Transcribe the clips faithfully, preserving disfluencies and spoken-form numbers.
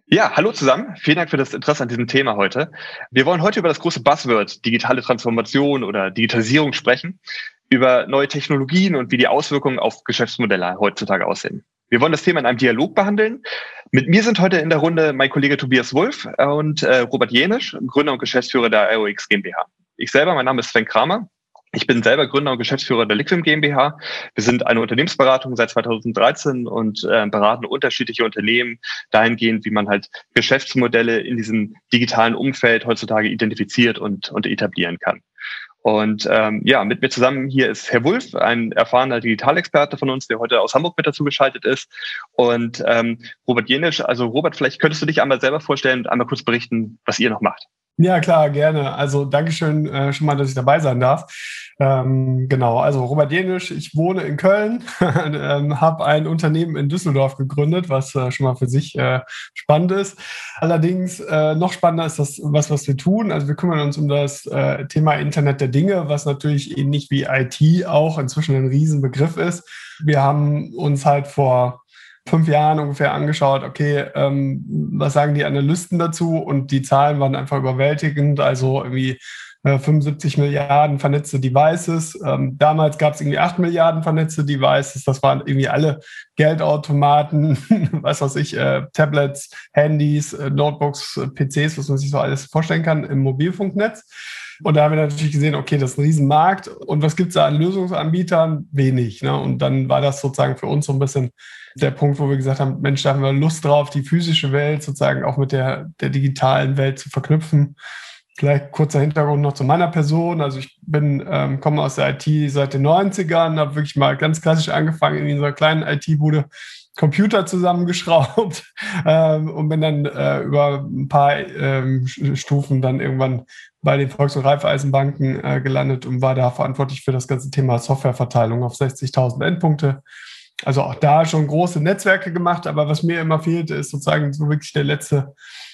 Ja, hallo zusammen. Vielen Dank für das Interesse an diesem Thema heute. Wir wollen heute über das große Buzzword digitale Transformation oder Digitalisierung sprechen, über neue Technologien und wie die Auswirkungen auf Geschäftsmodelle heutzutage aussehen. Wir wollen das Thema in einem Dialog behandeln. Mit mir sind heute in der Runde mein Kollege Tobias Wulff und äh, Robert Jenisch, Gründer und Geschäftsführer der I O X GmbH. Ich selber, mein Name ist Sven Kramer. Ich bin selber Gründer und Geschäftsführer der Liquim GmbH. Wir sind eine Unternehmensberatung seit zweitausenddreizehn und äh, beraten unterschiedliche Unternehmen dahingehend, wie man halt Geschäftsmodelle in diesem digitalen Umfeld heutzutage identifiziert und, und etablieren kann. Und ähm, ja, mit mir zusammen hier ist Herr Wulff, ein erfahrener Digitalexperte von uns, der heute aus Hamburg mit dazu geschaltet ist. Und ähm, Robert Jenisch, also Robert, vielleicht könntest du dich einmal selber vorstellen und einmal kurz berichten, was ihr noch macht. Ja, klar, gerne. Also Dankeschön äh, schon mal, dass ich dabei sein darf. Ähm, genau, also Robert Jenisch, ich wohne in Köln, ähm, habe ein Unternehmen in Düsseldorf gegründet, was äh, schon mal für sich äh, spannend ist. Allerdings äh, noch spannender ist das, was, was wir tun. Also wir kümmern uns um das äh, Thema Internet der Dinge, was natürlich ähnlich wie I T auch inzwischen ein Riesenbegriff ist. Wir haben uns halt vor fünf Jahren ungefähr angeschaut, okay, ähm, was sagen die Analysten dazu? Und die Zahlen waren einfach überwältigend, also irgendwie äh, fünfundsiebzig Milliarden vernetzte Devices. Ähm, damals gab es irgendwie acht Milliarden vernetzte Devices, das waren irgendwie alle Geldautomaten, was weiß ich, äh, Tablets, Handys, äh, Notebooks, äh, P Cs, was man sich so alles vorstellen kann im Mobilfunknetz. Und da haben wir natürlich gesehen, okay, das ist ein Riesenmarkt. Und was gibt es da an Lösungsanbietern? Wenig. Ne? Und dann war das sozusagen für uns so ein bisschen der Punkt, wo wir gesagt haben, Mensch, da haben wir Lust drauf, die physische Welt sozusagen auch mit der, der digitalen Welt zu verknüpfen. Vielleicht kurzer Hintergrund noch zu meiner Person. Also ich bin, ähm, komme aus der I T seit den neunzigern, habe wirklich mal ganz klassisch angefangen in dieser kleinen I T-Bude, Computer zusammengeschraubt ähm, und bin dann äh, über ein paar ähm, Stufen dann irgendwann bei den Volks- und Raiffeisenbanken äh, gelandet und war da verantwortlich für das ganze Thema Softwareverteilung auf sechzigtausend Endpunkte. Also auch da schon große Netzwerke gemacht, aber was mir immer fehlte, ist sozusagen so wirklich der letzte,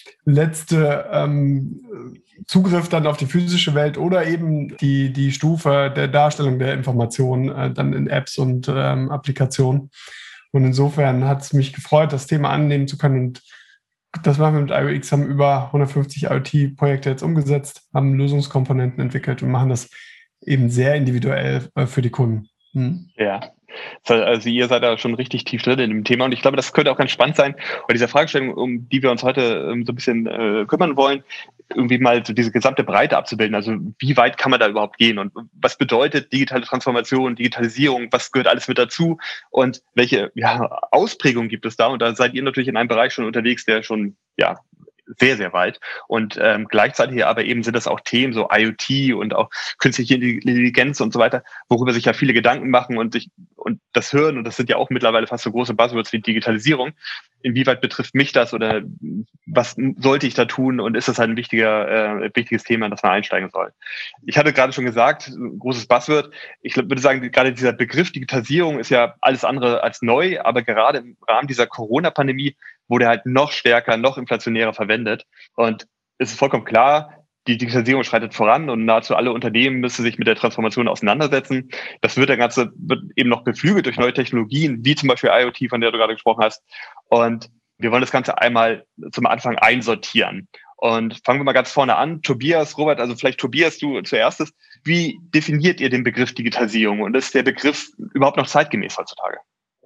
letzte ähm, Zugriff dann auf die physische Welt oder eben die, die Stufe der Darstellung der Informationen äh, dann in Apps und ähm, Applikationen. Und insofern hat es mich gefreut, das Thema annehmen zu können. Und das machen wir mit I O X, haben über hundertfünfzig IoT-Projekte jetzt umgesetzt, haben Lösungskomponenten entwickelt und machen das eben sehr individuell äh, für die Kunden. Hm. Ja. Also ihr seid da schon richtig tief drin in dem Thema und ich glaube, das könnte auch ganz spannend sein, bei dieser Fragestellung, um die wir uns heute ähm, so ein bisschen äh, kümmern wollen, irgendwie mal so diese gesamte Breite abzubilden. Also wie weit kann man da überhaupt gehen und was bedeutet digitale Transformation, Digitalisierung, was gehört alles mit dazu und welche ja, Ausprägungen gibt es da? Und da seid ihr natürlich in einem Bereich schon unterwegs, der schon ja sehr, sehr weit. Und ähm, gleichzeitig aber eben sind das auch Themen, so IoT und auch künstliche Intelligenz und so weiter, worüber sich ja viele Gedanken machen und sich und das hören, und das sind ja auch mittlerweile fast so große Buzzwords wie Digitalisierung. Inwieweit betrifft mich das oder was sollte ich da tun und ist das halt ein wichtiger, äh, wichtiges Thema, in das man einsteigen soll? Ich hatte gerade schon gesagt, großes Buzzword. Ich würde sagen, gerade dieser Begriff Digitalisierung ist ja alles andere als neu, aber gerade im Rahmen dieser Corona-Pandemie wurde halt noch stärker, noch inflationärer verwendet. Und es ist vollkommen klar, die Digitalisierung schreitet voran und nahezu alle Unternehmen müssen sich mit der Transformation auseinandersetzen. Das wird der ganze, wird eben noch beflügelt durch neue Technologien, wie zum Beispiel IoT, von der du gerade gesprochen hast. Und wir wollen das Ganze einmal zum Anfang einsortieren. Und fangen wir mal ganz vorne an. Tobias, Robert, also vielleicht Tobias, du zuerst. Wie definiert ihr den Begriff Digitalisierung? Und ist der Begriff überhaupt noch zeitgemäß heutzutage?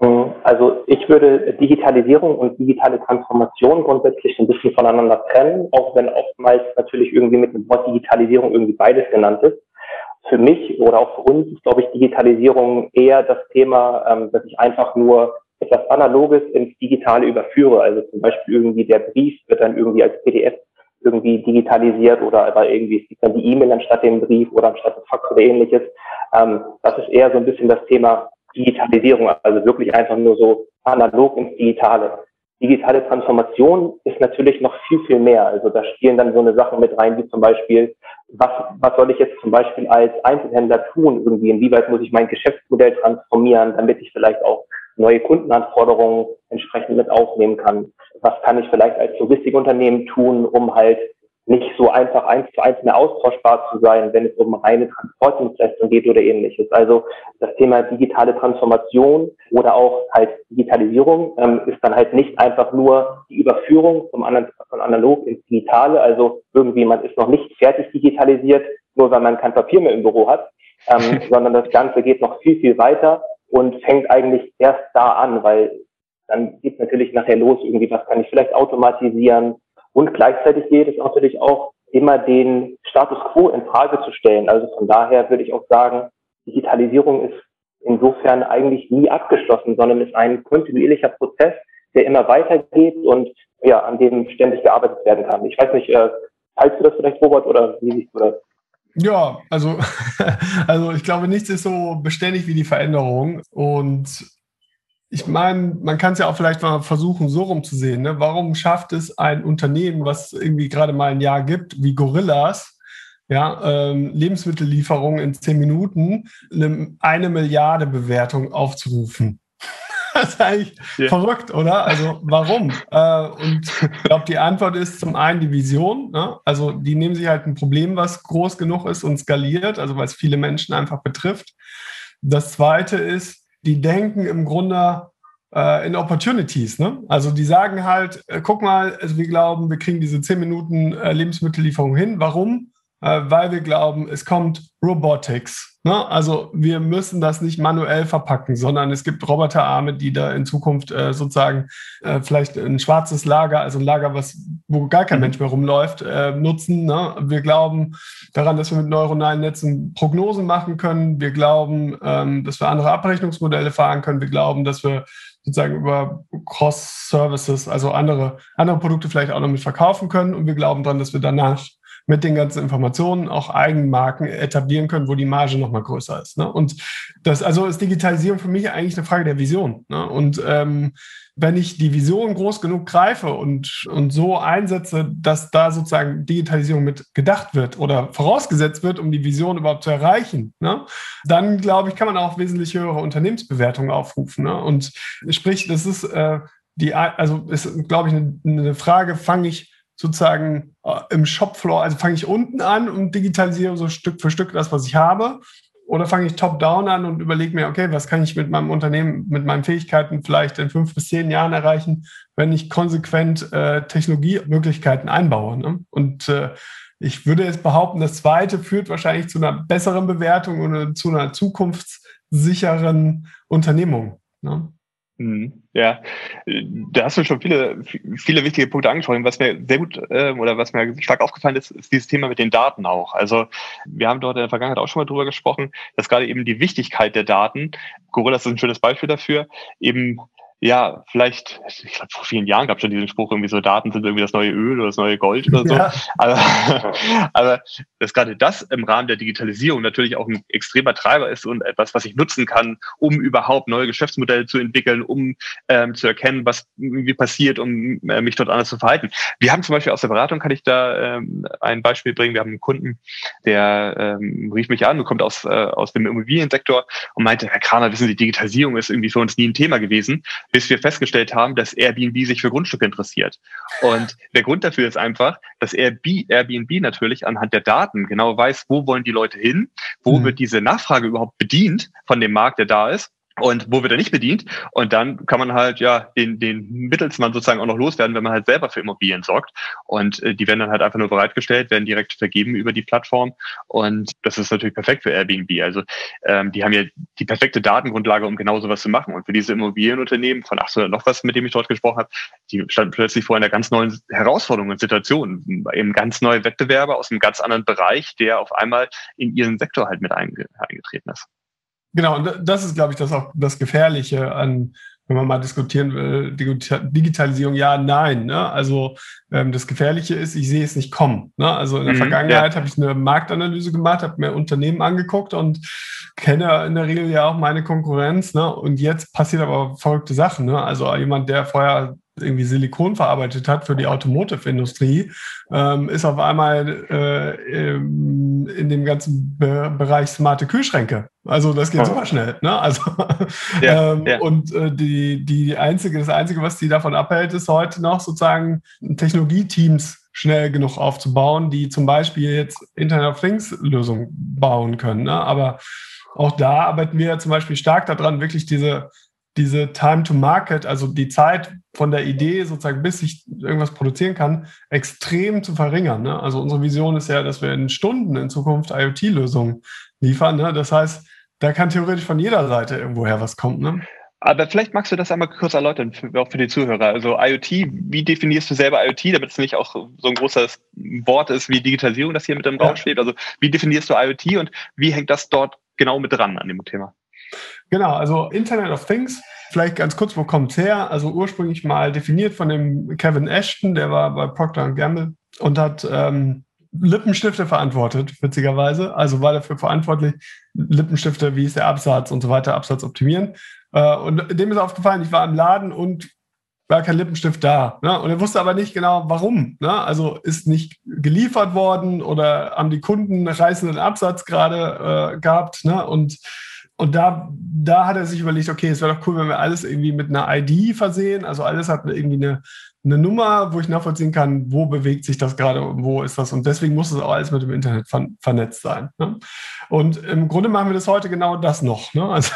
Also ich würde Digitalisierung und digitale Transformation grundsätzlich ein bisschen voneinander trennen, auch wenn oftmals natürlich irgendwie mit dem Wort Digitalisierung irgendwie beides genannt ist. Für mich oder auch für uns ist, glaube ich, Digitalisierung eher das Thema, ähm, dass ich einfach nur etwas Analoges ins Digitale überführe. Also zum Beispiel irgendwie der Brief wird dann irgendwie als P D F irgendwie digitalisiert oder aber irgendwie ist dann die E-Mail anstatt dem Brief oder anstatt des Fax oder ähnliches. Ähm, das ist eher so ein bisschen das Thema Digitalisierung, also wirklich einfach nur so analog ins Digitale. Digitale Transformation ist natürlich noch viel, viel mehr. Also da spielen dann so eine Sachen mit rein, wie zum Beispiel, was, was soll ich jetzt zum Beispiel als Einzelhändler tun irgendwie? Inwieweit muss ich mein Geschäftsmodell transformieren, damit ich vielleicht auch neue Kundenanforderungen entsprechend mit aufnehmen kann? Was kann ich vielleicht als Logistikunternehmen tun, um halt nicht so einfach eins zu eins mehr austauschbar zu sein, wenn es um reine Transportdienstleistung geht oder ähnliches. Also das Thema digitale Transformation oder auch halt Digitalisierung ähm, ist dann halt nicht einfach nur die Überführung vom anderen, von analog ins Digitale. Also irgendwie man ist noch nicht fertig digitalisiert, nur weil man kein Papier mehr im Büro hat, ähm, sondern das Ganze geht noch viel, viel weiter und fängt eigentlich erst da an, weil dann geht es natürlich nachher los, irgendwie, was kann ich vielleicht automatisieren, und gleichzeitig geht es natürlich auch immer den Status quo in Frage zu stellen. Also von daher würde ich auch sagen, Digitalisierung ist insofern eigentlich nie abgeschlossen, sondern ist ein kontinuierlicher Prozess, der immer weitergeht und ja, an dem ständig gearbeitet werden kann. Ich weiß nicht, äh, teilst du das vielleicht, Robert, oder wie siehst du das? Ja, also, also ich glaube, nichts ist so beständig wie die Veränderung. Und ich meine, man kann es ja auch vielleicht mal versuchen, so rumzusehen. Ne? Warum schafft es ein Unternehmen, was irgendwie gerade mal ein Jahr gibt, wie Gorillas, ja, ähm, Lebensmittellieferung in zehn Minuten, eine, eine Milliarde Bewertung aufzurufen? Das ist eigentlich ja. verrückt, oder? Also warum? äh, und ich glaube, die Antwort ist zum einen die Vision. Ne? Also die nehmen sich halt ein Problem, was groß genug ist und skaliert, also weil es viele Menschen einfach betrifft. Das Zweite ist, die denken im Grunde äh, in Opportunities. Ne? Also die sagen halt, äh, guck mal, also wir glauben, wir kriegen diese zehn Minuten äh, Lebensmittellieferung hin. Warum? Äh, weil wir glauben, es kommt Robotics. Ne? Also wir müssen das nicht manuell verpacken, sondern es gibt Roboterarme, die da in Zukunft äh, sozusagen äh, vielleicht ein schwarzes Lager, also ein Lager, was, wo gar kein Mensch mehr rumläuft, äh, nutzen. Ne? Wir glauben daran, dass wir mit neuronalen Netzen Prognosen machen können. Wir glauben, ähm, dass wir andere Abrechnungsmodelle fahren können. Wir glauben, dass wir sozusagen über Cross-Services, also andere, andere Produkte vielleicht auch noch mit verkaufen können. Und wir glauben daran, dass wir danach mit den ganzen Informationen auch Eigenmarken etablieren können, wo die Marge nochmal größer ist. Ne? Und das, also ist Digitalisierung für mich eigentlich eine Frage der Vision. Ne? Und ähm, wenn ich die Vision groß genug greife und, und so einsetze, dass da sozusagen Digitalisierung mit gedacht wird oder vorausgesetzt wird, um die Vision überhaupt zu erreichen, ne? Dann, glaube ich, kann man auch wesentlich höhere Unternehmensbewertungen aufrufen. Ne? Und sprich, das ist äh, die, also ist, glaube ich, eine, eine Frage, fange ich sozusagen äh, im Shopfloor, also fange ich unten an und digitalisiere so Stück für Stück das, was ich habe, oder fange ich top-down an und überlege mir, okay, was kann ich mit meinem Unternehmen, mit meinen Fähigkeiten vielleicht in fünf bis zehn Jahren erreichen, wenn ich konsequent äh, Technologiemöglichkeiten einbaue. Ne? Und äh, ich würde jetzt behaupten, das Zweite führt wahrscheinlich zu einer besseren Bewertung und zu einer zukunftssicheren Unternehmung. Ne? Ja, da hast du schon viele, viele wichtige Punkte angesprochen. Was mir sehr gut äh, oder was mir stark aufgefallen ist, ist dieses Thema mit den Daten auch. Also wir haben dort in der Vergangenheit auch schon mal drüber gesprochen, dass gerade eben die Wichtigkeit der Daten, Gorillas ist ein schönes Beispiel dafür, eben ja, vielleicht, ich glaube, vor vielen Jahren gab es schon diesen Spruch, irgendwie so Daten sind irgendwie das neue Öl oder das neue Gold oder so. Ja. Aber, aber dass gerade das im Rahmen der Digitalisierung natürlich auch ein extremer Treiber ist und etwas, was ich nutzen kann, um überhaupt neue Geschäftsmodelle zu entwickeln, um ähm, zu erkennen, was irgendwie passiert, um äh, mich dort anders zu verhalten. Wir haben zum Beispiel aus der Beratung, kann ich da ähm, ein Beispiel bringen, wir haben einen Kunden, der ähm, rief mich an und kommt aus, äh, aus dem Immobiliensektor und meinte, Herr Kramer, wissen Sie, Digitalisierung ist irgendwie für uns nie ein Thema gewesen, bis wir festgestellt haben, dass Airbnb sich für Grundstücke interessiert. Und der Grund dafür ist einfach, dass Airbnb natürlich anhand der Daten genau weiß, wo wollen die Leute hin, wo mhm. wird diese Nachfrage überhaupt bedient von dem Markt, der da ist. Und wo wird er nicht bedient? Und dann kann man halt ja den, den Mittelsmann sozusagen auch noch loswerden, wenn man halt selber für Immobilien sorgt. Und äh, die werden dann halt einfach nur bereitgestellt, werden direkt vergeben über die Plattform. Und das ist natürlich perfekt für Airbnb. Also ähm, die haben ja die perfekte Datengrundlage, um genau sowas zu machen. Und für diese Immobilienunternehmen von achthundert noch was, mit dem ich dort gesprochen habe, die standen plötzlich vor einer ganz neuen Herausforderung und Situation. Eben ganz neue Wettbewerber aus einem ganz anderen Bereich, der auf einmal in ihren Sektor halt mit eingetreten ist. Genau, und das ist, glaube ich, das auch das Gefährliche an, wenn man mal diskutieren will, Digitalisierung, ja, nein. Ne? Also ähm, das Gefährliche ist, ich sehe es nicht kommen. Ne? Also in der mhm, Vergangenheit ja. habe ich eine Marktanalyse gemacht, habe mir Unternehmen angeguckt und kenne in der Regel ja auch meine Konkurrenz. Ne? Und jetzt passiert aber verrückte Sachen. Ne? Also jemand, der vorher irgendwie Silikon verarbeitet hat für die Automotive-Industrie, ähm, ist auf einmal äh, in dem ganzen Be- Bereich smarte Kühlschränke. Also das geht super schnell. Ne? Also, Ja, ähm, ja. Und äh, die, die einzige, das Einzige, was die davon abhält, ist heute noch sozusagen Technologieteams schnell genug aufzubauen, die zum Beispiel jetzt Internet of Things Lösungen bauen können. Ne? Aber auch da arbeiten wir zum Beispiel stark daran, wirklich diese diese Time to Market, also die Zeit von der Idee sozusagen, bis ich irgendwas produzieren kann, extrem zu verringern. Ne? Also unsere Vision ist ja, dass wir in Stunden in Zukunft IoT-Lösungen liefern. Ne? Das heißt, da kann theoretisch von jeder Seite irgendwoher was kommen. Ne? Aber vielleicht magst du das einmal kurz erläutern, für, auch für die Zuhörer. Also IoT, wie definierst du selber IoT, damit es nicht auch so ein großes Wort ist wie Digitalisierung, das hier mit im Raum ja. steht? Also wie definierst du IoT und wie hängt das dort genau mit dran an dem Thema? Genau, also Internet of Things, vielleicht ganz kurz, wo kommt es her? Also ursprünglich mal definiert von dem Kevin Ashton, der war bei Procter and Gamble und hat ähm, Lippenstifte verantwortet, witzigerweise. Also war dafür verantwortlich, Lippenstifte, wie ist der Absatz und so weiter, Absatz optimieren. Äh, und dem ist aufgefallen, ich war im Laden und war kein Lippenstift da. Ne? Und er wusste aber nicht genau, warum. Ne? Also ist nicht geliefert worden oder haben die Kunden einen reißenden Absatz gerade äh, gehabt. Ne? Und Und da, da hat er sich überlegt, okay, es wäre doch cool, wenn wir alles irgendwie mit einer I D versehen. Also alles hat irgendwie eine, eine Nummer, wo ich nachvollziehen kann, wo bewegt sich das gerade und wo ist das. Und deswegen muss es auch alles mit dem Internet ver- vernetzt sein. Ne? Und im Grunde machen wir das heute genau das noch. Ne? Also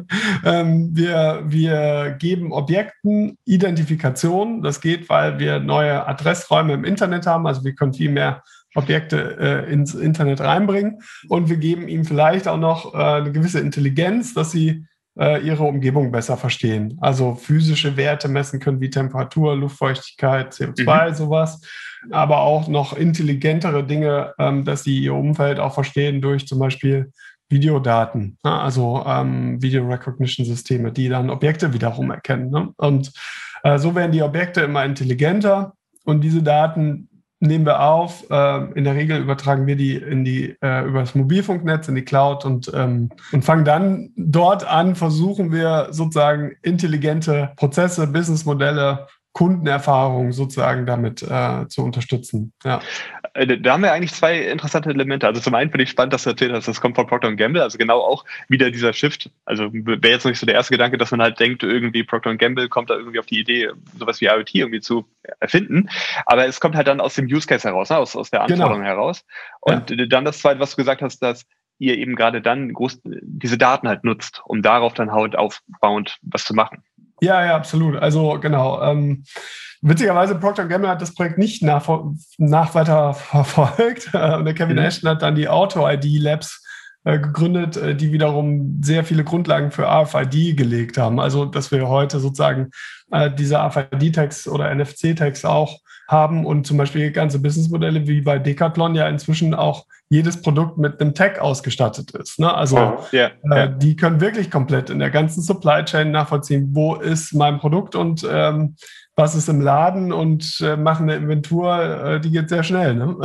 ähm, wir, wir geben Objekten Identifikation. Das geht, weil wir neue Adressräume im Internet haben. Also wir können viel mehr Objekte äh, ins Internet reinbringen und wir geben ihm vielleicht auch noch äh, eine gewisse Intelligenz, dass sie äh, ihre Umgebung besser verstehen. Also physische Werte messen können wie Temperatur, Luftfeuchtigkeit, C O zwei, mhm. sowas, aber auch noch intelligentere Dinge, ähm, dass sie ihr Umfeld auch verstehen durch zum Beispiel Videodaten, ne? Also ähm, Video Recognition Systeme, die dann Objekte wiederum erkennen. Ne? Und äh, so werden die Objekte immer intelligenter und diese Daten nehmen wir auf. Äh, in der Regel übertragen wir die in die äh, über das Mobilfunknetz in die Cloud und ähm, und fangen dann dort an, versuchen wir sozusagen intelligente Prozesse, Businessmodelle, Kundenerfahrung sozusagen damit äh, zu unterstützen. Ja. Da haben wir eigentlich zwei interessante Elemente. Also zum einen finde ich spannend, dass du erzählt hast, das kommt von Procter and Gamble, also genau auch wieder dieser Shift. Also wäre jetzt noch nicht so der erste Gedanke, dass man halt denkt, irgendwie Procter and Gamble kommt da irgendwie auf die Idee, sowas wie IoT irgendwie zu erfinden. Aber es kommt halt dann aus dem Use Case heraus, ne? aus, aus der Anforderung genau. heraus. Und ja. dann das Zweite, was du gesagt hast, dass ihr eben gerade dann groß diese Daten halt nutzt, um darauf dann halt aufbauend was zu machen. Ja, ja, absolut. Also genau. Ähm, witzigerweise, Procter and Gamble hat das Projekt nicht nach, nach weiter verfolgt. Und der Kevin mhm. Ashton hat dann die Auto-I D-Labs äh, gegründet, äh, die wiederum sehr viele Grundlagen für R F I D gelegt haben. Also, dass wir heute sozusagen äh, diese R F I D-Tags oder N F C-Tags auch haben und zum Beispiel ganze Businessmodelle wie bei Decathlon ja inzwischen auch jedes Produkt mit einem Tag ausgestattet ist. Ne? Also oh, yeah, äh, yeah. die können wirklich komplett in der ganzen Supply Chain nachvollziehen, wo ist mein Produkt und ähm, was ist im Laden und äh, machen eine Inventur, äh, die geht sehr schnell. Ne?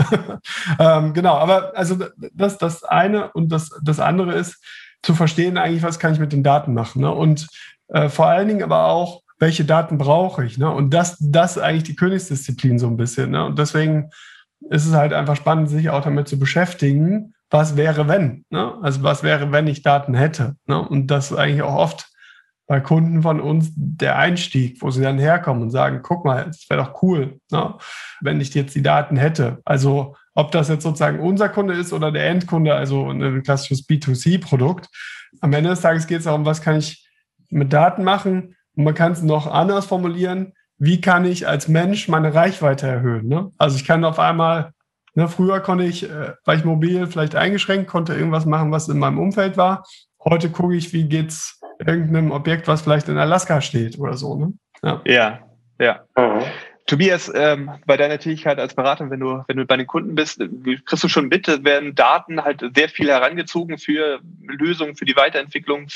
ähm, genau, aber also das das eine und das, das andere ist, zu verstehen eigentlich, was kann ich mit den Daten machen. Ne? Und äh, vor allen Dingen aber auch, welche Daten brauche ich? Ne? Und das, das ist eigentlich die Königsdisziplin so ein bisschen. Ne? Und deswegen ist es halt einfach spannend, sich auch damit zu beschäftigen, was wäre, wenn? Ne? Also was wäre, wenn ich Daten hätte? Ne? Und das ist eigentlich auch oft bei Kunden von uns der Einstieg, wo sie dann herkommen und sagen, guck mal, es wäre doch cool, ne? Wenn ich jetzt die Daten hätte. Also ob das jetzt sozusagen unser Kunde ist oder der Endkunde, also ein klassisches B zwei C-Produkt. Am Ende des Tages geht es darum, was kann ich mit Daten machen? Und man kann es noch anders formulieren, wie kann ich als Mensch meine Reichweite erhöhen? Ne? Also ich kann auf einmal, ne, früher konnte ich, äh, war ich mobil vielleicht eingeschränkt, konnte irgendwas machen, was in meinem Umfeld war. Heute gucke ich, wie geht's irgendeinem Objekt, was vielleicht in Alaska steht oder so. Ne? Ja, ja. ja. Mhm. Tobias, ähm, bei deiner Tätigkeit als Berater, wenn du, wenn du bei den Kunden bist, kriegst du schon mit, werden Daten halt sehr viel herangezogen für Lösungen, für die Weiterentwicklung,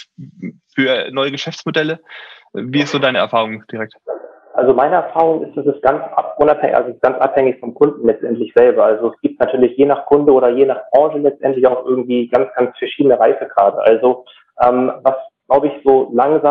für neue Geschäftsmodelle. Wie ist so deine Erfahrung direkt? Also meine Erfahrung ist, dass es ganz ab, unabhängig, also ganz abhängig vom Kunden letztendlich selber. Also es gibt natürlich je nach Kunde oder je nach Branche letztendlich auch irgendwie ganz, ganz verschiedene Reifegrade. Also ähm, was, glaube ich, so langsam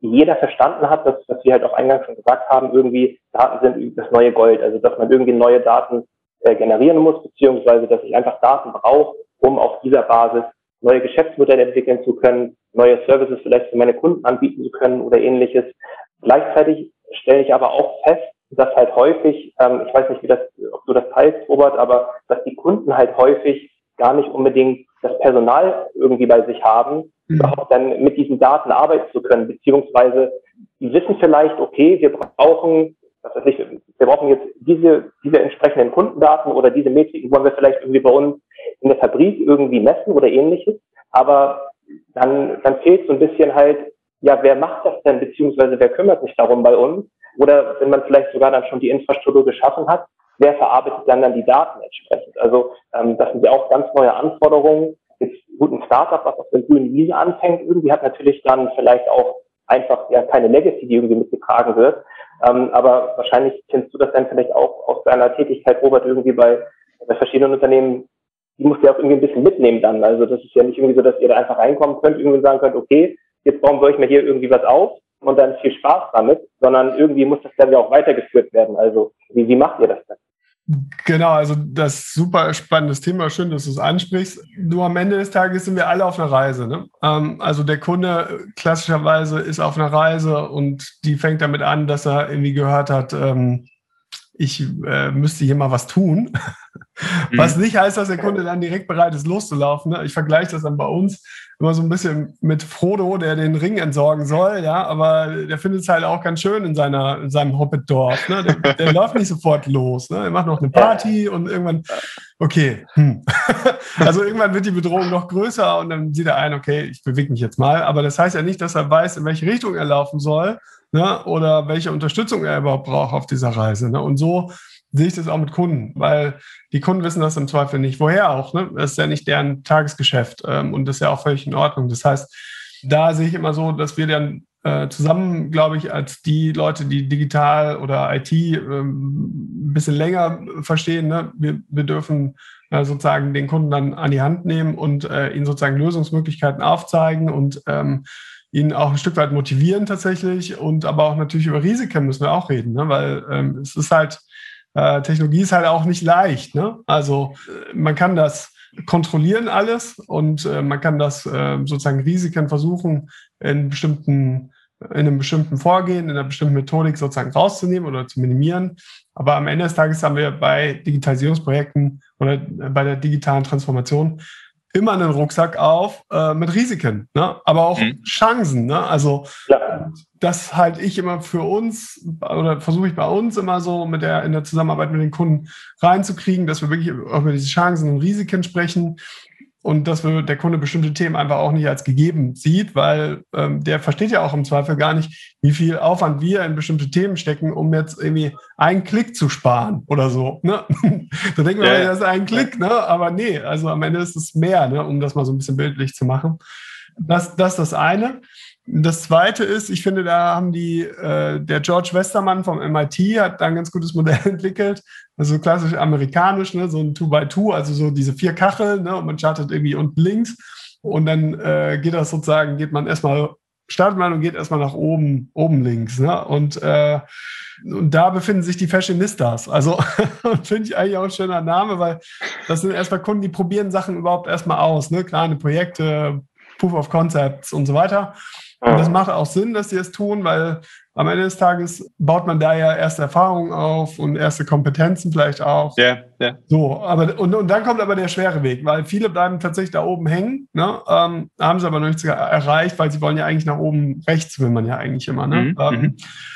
jeder verstanden hat, dass, dass wir halt auch eingangs schon gesagt haben, irgendwie Daten sind das neue Gold, also dass man irgendwie neue Daten äh, generieren muss, beziehungsweise dass ich einfach Daten brauche, um auf dieser Basis neue Geschäftsmodelle entwickeln zu können, neue Services vielleicht für meine Kunden anbieten zu können oder ähnliches. Gleichzeitig stelle ich aber auch fest, dass halt häufig, ähm, ich weiß nicht, wie das, ob du das teilst, Robert, aber dass die Kunden halt häufig gar nicht unbedingt das Personal irgendwie bei sich haben, mhm. überhaupt dann mit diesen Daten arbeiten zu können, beziehungsweise die wissen vielleicht, okay, wir brauchen, was weiß ich, wir brauchen jetzt diese, diese entsprechenden Kundendaten oder diese Metriken wollen wir vielleicht irgendwie bei uns in der Fabrik irgendwie messen oder ähnliches, aber dann, dann fehlt so ein bisschen halt, ja, wer macht das denn, beziehungsweise wer kümmert sich darum bei uns? Oder wenn man vielleicht sogar dann schon die Infrastruktur geschaffen hat, wer verarbeitet dann dann die Daten entsprechend? Also ähm, das sind ja auch ganz neue Anforderungen. Jetzt gut, ein Startup, was auf der grünen Wiese anfängt, irgendwie hat natürlich dann vielleicht auch einfach ja keine Legacy, die irgendwie mitgetragen wird. Ähm, aber wahrscheinlich kennst du das dann vielleicht auch aus deiner Tätigkeit, Robert, irgendwie bei, bei verschiedenen Unternehmen. Die musst du ja auch irgendwie ein bisschen mitnehmen dann. Also das ist ja nicht irgendwie so, dass ihr da einfach reinkommen könnt, irgendwie sagen könnt, okay, jetzt bauen wir euch mal hier irgendwie was auf und dann viel Spaß damit, sondern irgendwie muss das dann ja auch weitergeführt werden. Also wie, wie macht ihr das denn? Genau, also das ist super spannendes Thema, schön, dass du es ansprichst. Nur am Ende des Tages sind wir alle auf einer Reise. Ne? Ähm, also der Kunde klassischerweise ist auf einer Reise und die fängt damit an, dass er irgendwie gehört hat, ähm, ich äh, müsste hier mal was tun. Mhm. Was nicht heißt, dass der Kunde dann direkt bereit ist, loszulaufen. Ne? Ich vergleiche das dann bei uns immer so ein bisschen mit Frodo, der den Ring entsorgen soll, ja, aber der findet es halt auch ganz schön in seiner, in seinem Hobbit-Dorf. Ne? Der, der läuft nicht sofort los. Ne? Er macht noch eine Party und irgendwann, okay, hm. Also irgendwann wird die Bedrohung noch größer und dann sieht er ein, okay, ich bewege mich jetzt mal. Aber das heißt ja nicht, dass er weiß, in welche Richtung er laufen soll, ne? Oder welche Unterstützung er überhaupt braucht auf dieser Reise. Ne? Und so sehe ich das auch mit Kunden, weil die Kunden wissen das im Zweifel nicht. Woher auch? Ne? Das ist ja nicht deren Tagesgeschäft ähm, und das ist ja auch völlig in Ordnung. Das heißt, da sehe ich immer so, dass wir dann äh, zusammen, glaube ich, als die Leute, die digital oder I T ähm, ein bisschen länger verstehen, ne? wir, wir dürfen äh, sozusagen den Kunden dann an die Hand nehmen und äh, ihnen sozusagen Lösungsmöglichkeiten aufzeigen und ähm, ihn auch ein Stück weit motivieren tatsächlich und aber auch natürlich über Risiken müssen wir auch reden, ne? Weil ähm, es ist halt Äh, Technologie ist halt auch nicht leicht. Ne? Also äh, man kann das kontrollieren alles und äh, man kann das äh, sozusagen Risiken versuchen, in bestimmten, in einem bestimmten Vorgehen, in einer bestimmten Methodik sozusagen rauszunehmen oder zu minimieren. Aber am Ende des Tages haben wir bei Digitalisierungsprojekten oder bei der digitalen Transformation immer einen Rucksack auf äh, mit Risiken, ne? Aber auch mhm. Chancen. Ne? Also ja. Das halte ich immer für uns oder versuche ich bei uns immer so mit der in der Zusammenarbeit mit den Kunden reinzukriegen, dass wir wirklich auch über diese Chancen und Risiken sprechen und dass wir der Kunde bestimmte Themen einfach auch nicht als gegeben sieht, weil ähm, der versteht ja auch im Zweifel gar nicht, wie viel Aufwand wir in bestimmte Themen stecken, um jetzt irgendwie einen Klick zu sparen oder so. Ne? Da denken wir, ja, das ist ein Klick, ne? Aber nee, also am Ende ist es mehr, ne? Um das mal so ein bisschen bildlich zu machen. Das, das ist das eine. Das Zweite ist, ich finde, da haben die, äh, der George Westermann vom M I T hat da ein ganz gutes Modell entwickelt, also klassisch amerikanisch, ne, so ein two by two, also so diese vier Kacheln, ne, und man startet irgendwie unten links und dann äh, geht das sozusagen, geht man erstmal, startet man und geht erstmal nach oben, oben links, ne, und äh, und da befinden sich die Fashionistas. Also finde ich eigentlich auch ein schöner Name, weil das sind erstmal Kunden, die probieren Sachen überhaupt erstmal aus, ne, kleine Projekte, Proof of Concepts und so weiter. Und das macht auch Sinn, dass die es tun, weil am Ende des Tages baut man da ja erste Erfahrungen auf und erste Kompetenzen vielleicht auf. Ja, ja. So, aber und, und dann kommt aber der schwere Weg, weil viele bleiben tatsächlich da oben hängen, ne? Ähm, haben sie aber noch nichts erreicht, weil sie wollen ja eigentlich nach oben rechts, will man ja eigentlich immer. Ne? Mhm, ähm,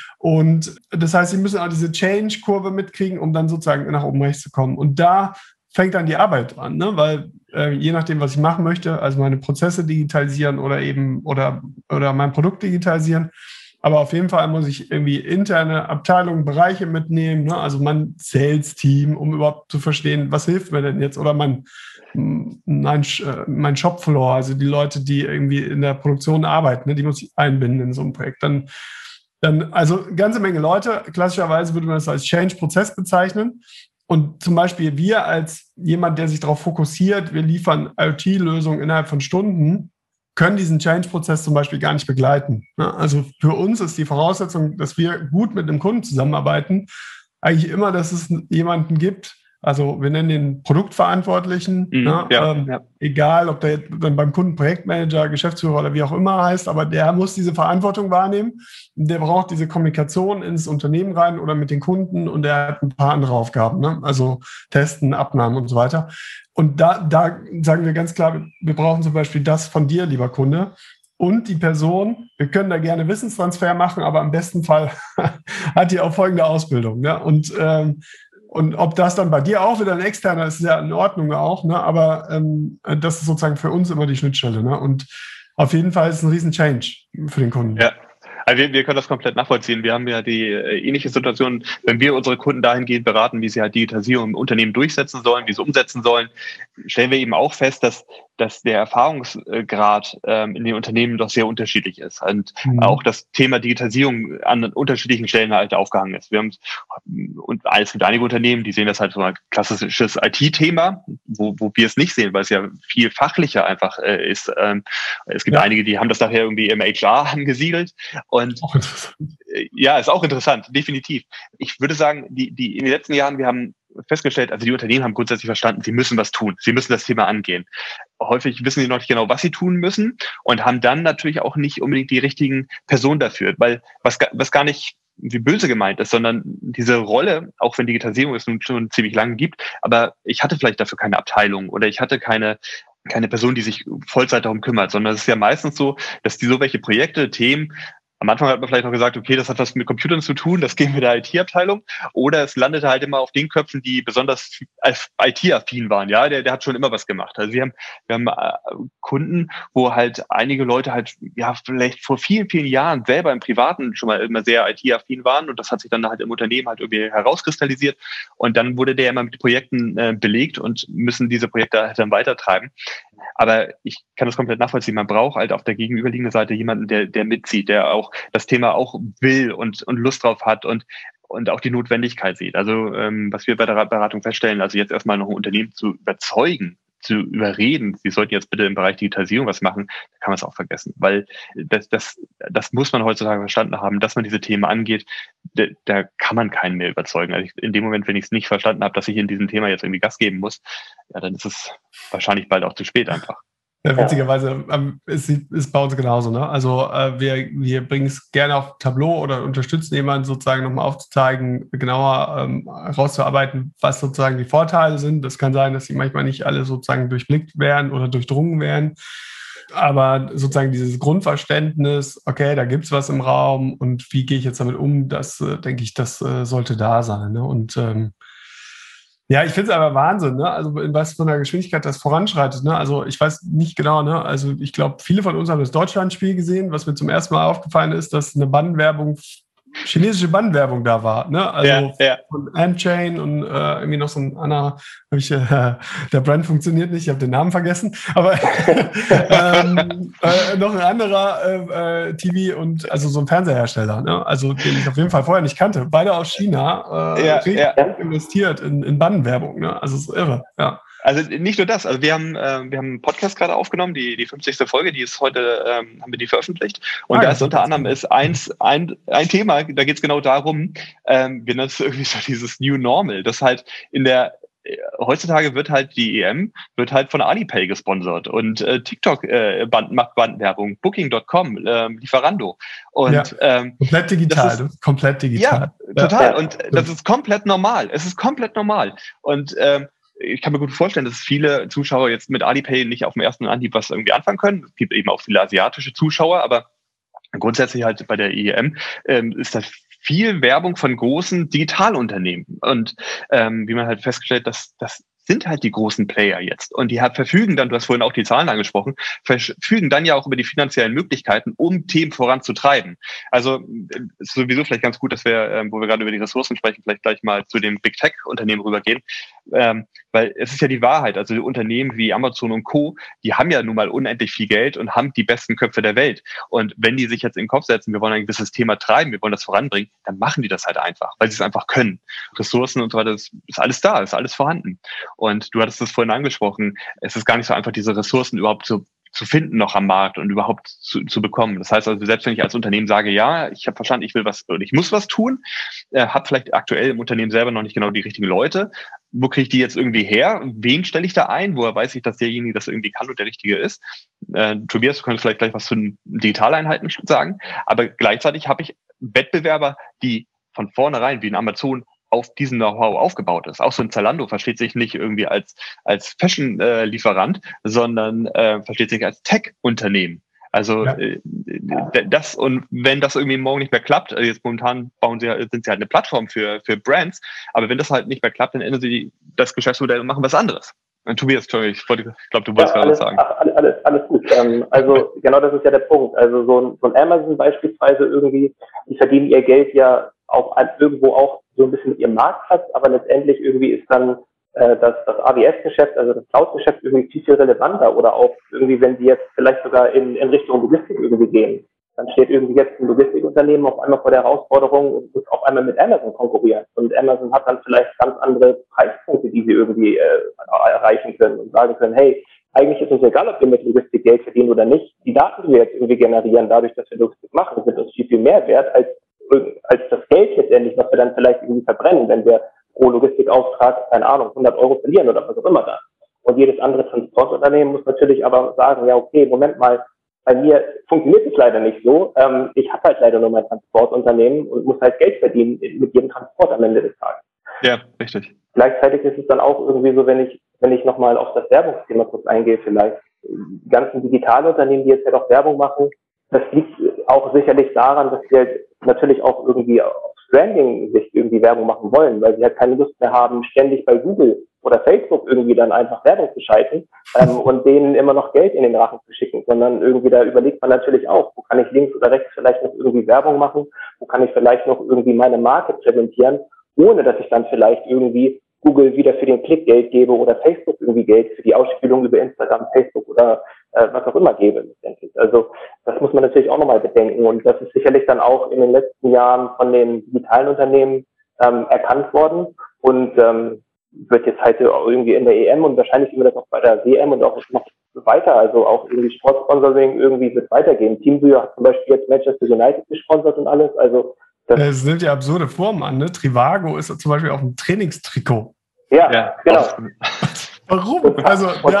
und das heißt, sie müssen auch diese Change-Kurve mitkriegen, um dann sozusagen nach oben rechts zu kommen. Und da fängt dann die Arbeit an, ne? Weil äh, je nachdem, was ich machen möchte, also meine Prozesse digitalisieren oder eben oder, oder mein Produkt digitalisieren, aber auf jeden Fall muss ich irgendwie interne Abteilungen, Bereiche mitnehmen, ne? Also mein Sales-Team, um überhaupt zu verstehen, was hilft mir denn jetzt oder mein, mein, mein Shopfloor, also die Leute, die irgendwie in der Produktion arbeiten, ne? Die muss ich einbinden in so ein Projekt. Dann, dann also eine ganze Menge Leute, klassischerweise würde man das als Change-Prozess bezeichnen. Und zum Beispiel wir als jemand, der sich darauf fokussiert, wir liefern IoT-Lösungen innerhalb von Stunden, können diesen Change-Prozess zum Beispiel gar nicht begleiten. Also für uns ist die Voraussetzung, dass wir gut mit einem Kunden zusammenarbeiten, eigentlich immer, dass es jemanden gibt, also wir nennen den Produktverantwortlichen, Mhm, ne? ja, ähm, ja. egal, ob der dann beim Kunden Projektmanager, Geschäftsführer oder wie auch immer heißt, aber der muss diese Verantwortung wahrnehmen. Der braucht diese Kommunikation ins Unternehmen rein oder mit den Kunden und der hat ein paar andere Aufgaben, ne? Also Testen, Abnahmen und so weiter. Und da, da sagen wir ganz klar, wir brauchen zum Beispiel das von dir, lieber Kunde. Und die Person, wir können da gerne Wissenstransfer machen, aber im besten Fall hat die auch folgende Ausbildung. Ne? Und ähm, Und ob das dann bei dir auch wieder ein externer ist, ist ja in Ordnung auch, ne? Aber ähm, das ist sozusagen für uns immer die Schnittstelle. Ne? Und auf jeden Fall ist es ein riesen Change für den Kunden. Ja. Also wir, wir können das komplett nachvollziehen. Wir haben ja die äh, ähnliche Situation, wenn wir unsere Kunden dahingehend beraten, wie sie halt Digitalisierung im Unternehmen durchsetzen sollen, wie sie umsetzen sollen, stellen wir eben auch fest, dass dass der Erfahrungsgrad ähm, in den Unternehmen doch sehr unterschiedlich ist und mhm. auch das Thema Digitalisierung an unterschiedlichen Stellen halt aufgehangen ist. Wir haben und es gibt einige Unternehmen, die sehen das halt so ein klassisches I T-Thema, wo, wo wir es nicht sehen, weil es ja viel fachlicher einfach äh, ist. Ähm, es gibt ja. einige, die haben das nachher irgendwie im H R angesiedelt und äh, ja, ist auch interessant, definitiv. Ich würde sagen, die, die in den letzten Jahren, wir haben festgestellt, also die Unternehmen haben grundsätzlich verstanden, sie müssen was tun. Sie müssen das Thema angehen. Häufig wissen sie noch nicht genau, was sie tun müssen und haben dann natürlich auch nicht unbedingt die richtigen Personen dafür, weil was, was gar nicht wie böse gemeint ist, sondern diese Rolle, auch wenn Digitalisierung es nun schon ziemlich lange gibt, aber ich hatte vielleicht dafür keine Abteilung oder ich hatte keine keine Person, die sich Vollzeit darum kümmert, sondern es ist ja meistens so, dass die so welche Projekte, Themen, am Anfang hat man vielleicht noch gesagt, okay, das hat was mit Computern zu tun, das gehen wir der I T-Abteilung. Oder es landete halt immer auf den Köpfen, die besonders I T-affin waren. Ja, der, der hat schon immer was gemacht. Also wir haben, wir haben äh, Kunden, wo halt einige Leute halt, ja, vielleicht vor vielen, vielen Jahren selber im Privaten schon mal immer sehr I T-affin waren. Und das hat sich dann halt im Unternehmen halt irgendwie herauskristallisiert. Und dann wurde der immer mit Projekten äh, belegt und müssen diese Projekte halt dann weitertreiben. Aber ich kann das komplett nachvollziehen. Man braucht halt auf der gegenüberliegenden Seite jemanden, der, der mitzieht, der auch das Thema auch will und, und Lust drauf hat und, und auch die Notwendigkeit sieht. Also ähm, was wir bei der Beratung feststellen, also jetzt erstmal noch ein Unternehmen zu überzeugen, zu überreden, sie sollten jetzt bitte im Bereich Digitalisierung was machen, da kann man es auch vergessen. Weil das, das, das muss man heutzutage verstanden haben, dass man diese Themen angeht, da, da kann man keinen mehr überzeugen. Also ich, in dem Moment, wenn ich es nicht verstanden habe, dass ich in diesem Thema jetzt irgendwie Gas geben muss, ja, dann ist es wahrscheinlich bald auch zu spät einfach. Ja, witzigerweise ähm, ist, ist bei uns genauso. Ne? Also äh, wir, wir bringen es gerne auf Tableau oder unterstützen jemanden sozusagen nochmal aufzuzeigen, genauer ähm, herauszuarbeiten, was sozusagen die Vorteile sind. Das kann sein, dass sie manchmal nicht alle sozusagen durchblickt werden oder durchdrungen werden. Aber sozusagen dieses Grundverständnis, okay, da gibt es was im Raum und wie gehe ich jetzt damit um, das äh, denke ich, das äh, sollte da sein. Ne? Und ähm, ja, ich finde es aber Wahnsinn, ne? Also in was für einer Geschwindigkeit das voranschreitet, ne? Also ich weiß nicht genau, ne? Also ich glaube, viele von uns haben das Deutschlandspiel gesehen, was mir zum ersten Mal aufgefallen ist, dass eine Bannwerbung, chinesische Bannwerbung da war, ne? Also ja, ja. von Amchain und äh, irgendwie noch so ein anderer, hab ich, äh, der Brand funktioniert nicht, ich habe den Namen vergessen, aber ähm, äh, noch ein anderer äh, äh, T V und also so ein Fernseherhersteller, ne? Also den ich auf jeden Fall vorher nicht kannte, beide aus China, äh, ja, richtig ja. investiert in, in Bannwerbung, ne? Also es ist irre, ja. Also nicht nur das, also wir haben äh, wir haben einen Podcast gerade aufgenommen, die die fünfzigste Folge, die ist heute, ähm, haben wir die veröffentlicht und ah, da ist unter anderem ist eins ein ein Thema, da geht es genau darum, ähm, wir nennen es irgendwie so dieses New Normal, das halt in der heutzutage wird halt die E M wird halt von Alipay gesponsert und äh, TikTok äh, Band, macht Bandenwerbung, Booking Punkt com, äh, Lieferando und ja, ähm, komplett digital, das ist, komplett digital. Ja, total ja. Und das ist komplett normal. Es ist komplett normal und ähm, ich kann mir gut vorstellen, dass viele Zuschauer jetzt mit Alipay nicht auf dem ersten Anhieb was irgendwie anfangen können. Es gibt eben auch viele asiatische Zuschauer, aber grundsätzlich halt bei der E M ähm, ist das viel Werbung von großen Digitalunternehmen. Und ähm, wie man halt festgestellt, dass das sind halt die großen Player jetzt. Und die verfügen dann, du hast vorhin auch die Zahlen angesprochen, verfügen dann ja auch über die finanziellen Möglichkeiten, um Themen voranzutreiben. Also ist sowieso vielleicht ganz gut, dass wir, ähm, wo wir gerade über die Ressourcen sprechen, vielleicht gleich mal zu den Big Tech-Unternehmen rübergehen. Ähm, weil es ist ja die Wahrheit, also die Unternehmen wie Amazon und Co., die haben ja nun mal unendlich viel Geld und haben die besten Köpfe der Welt. Und wenn die sich jetzt in den Kopf setzen, wir wollen ein gewisses Thema treiben, wir wollen das voranbringen, dann machen die das halt einfach, weil sie es einfach können. Ressourcen und so weiter, das ist alles da, ist alles vorhanden. Und du hattest das vorhin angesprochen, es ist gar nicht so einfach, diese Ressourcen überhaupt zu zu finden noch am Markt und überhaupt zu, zu bekommen. Das heißt also, selbst wenn ich als Unternehmen sage, ja, ich habe verstanden, ich will was oder ich muss was tun, äh, habe vielleicht aktuell im Unternehmen selber noch nicht genau die richtigen Leute. Wo kriege ich die jetzt irgendwie her? Wen stelle ich da ein? Woher weiß ich, dass derjenige das irgendwie kann und der Richtige ist? Äh, Tobias, du könntest vielleicht gleich was zu den Digitaleinheiten sagen. Aber gleichzeitig habe ich Wettbewerber, die von vornherein wie ein Amazon auf diesen Know-how aufgebaut ist. Auch so ein Zalando versteht sich nicht irgendwie als, als Fashion-Lieferant, sondern äh, versteht sich als Tech-Unternehmen. Also ja. äh, das, und wenn das irgendwie morgen nicht mehr klappt, also jetzt momentan bauen sie, sind sie halt eine Plattform für, für Brands, aber wenn das halt nicht mehr klappt, dann ändern sie das Geschäftsmodell und machen was anderes. Und Tobias, Entschuldigung, ich, ich glaube, du wolltest ja, gerade was sagen. Ach, alles, alles gut. Ähm, also genau das ist ja der Punkt. Also so ein, so ein Amazon beispielsweise irgendwie, die verdienen ihr Geld ja auch irgendwo auch so ein bisschen mit ihrem Marktplatz, aber letztendlich irgendwie ist dann äh, das, das A W S-Geschäft, also das Cloud-Geschäft irgendwie viel, viel relevanter oder auch irgendwie, wenn die jetzt vielleicht sogar in, in Richtung Logistik irgendwie gehen, dann steht irgendwie jetzt ein Logistikunternehmen auf einmal vor der Herausforderung und muss auf einmal mit Amazon konkurrieren. Und Amazon hat dann vielleicht ganz andere Preispunkte, die sie irgendwie äh, erreichen können und sagen können, hey, eigentlich ist uns egal, ob wir mit Logistik Geld verdienen oder nicht. Die Daten, die wir jetzt irgendwie generieren, dadurch, dass wir Logistik machen, sind uns viel, viel mehr wert als als das Geld letztendlich, was wir dann vielleicht irgendwie verbrennen, wenn wir pro Logistikauftrag, keine Ahnung, hundert Euro verlieren oder was auch immer da. Und jedes andere Transportunternehmen muss natürlich aber sagen, ja okay, Moment mal, bei mir funktioniert es leider nicht so. Ähm, ich habe halt leider nur mein Transportunternehmen und muss halt Geld verdienen mit jedem Transport am Ende des Tages. Ja, richtig. Gleichzeitig ist es dann auch irgendwie so, wenn ich, wenn ich nochmal auf das Werbungsthema kurz eingehe, vielleicht die ganzen Digitalunternehmen, die jetzt ja doch Werbung machen, das liegt auch sicherlich daran, dass wir natürlich auch irgendwie auf Branding-Sicht irgendwie Werbung machen wollen, weil sie halt keine Lust mehr haben, ständig bei Google oder Facebook irgendwie dann einfach Werbung zu schalten ähm, und denen immer noch Geld in den Rachen zu schicken, sondern irgendwie da überlegt man natürlich auch, wo kann ich links oder rechts vielleicht noch irgendwie Werbung machen, wo kann ich vielleicht noch irgendwie meine Marke präsentieren, ohne dass ich dann vielleicht irgendwie Google wieder für den Klick Geld gebe oder Facebook irgendwie Geld für die Ausspielung über Instagram, Facebook oder äh, was auch immer gebe letztendlich. Also das muss man natürlich auch nochmal bedenken und das ist sicherlich dann auch in den letzten Jahren von den digitalen Unternehmen ähm, erkannt worden und ähm, wird jetzt halt irgendwie in der E M und wahrscheinlich immer das auch bei der W M und auch noch weiter, also auch irgendwie Sportsponsoring irgendwie wird weitergehen. Teamviewer hat zum Beispiel jetzt Manchester United gesponsert und alles, also das, das nimmt ja absurde Formen an, ne? Trivago ist zum Beispiel auch ein Trainingstrikot. Ja, ja, genau. Warum? Also, ja,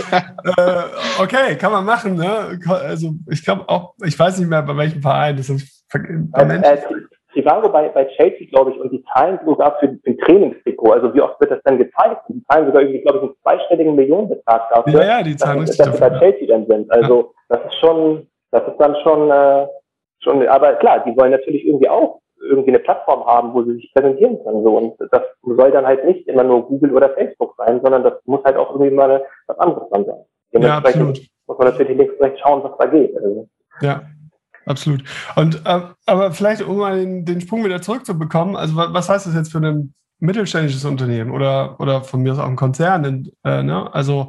äh, okay, kann man machen, ne? Also, ich glaube auch, ich weiß nicht mehr, bei welchem Verein, das ist bei äh, Trivago bei, bei Chelsea, glaube ich, und die zahlen sogar für, für ein Trainingstrikot. Also, wie oft wird das dann gezeigt? Die zahlen sogar irgendwie, glaube ich, einen zweistelligen Millionenbetrag dafür, ja, ja, die zahlen dass, dass sie bei Chelsea dann sind. Also, ja. das ist schon, das ist dann schon, äh, schon, aber klar, die wollen natürlich irgendwie auch irgendwie eine Plattform haben, wo sie sich präsentieren können. So. Und das soll dann halt nicht immer nur Google oder Facebook sein, sondern das muss halt auch irgendwie mal was anderes dann sein. Ja, absolut. Muss man natürlich links und rechts schauen, was da geht. Also. Ja, absolut. Und äh, aber vielleicht, um mal den, den Sprung wieder zurückzubekommen, also was heißt das jetzt für ein mittelständisches Unternehmen oder, oder von mir aus auch ein Konzern? Äh, ne? Also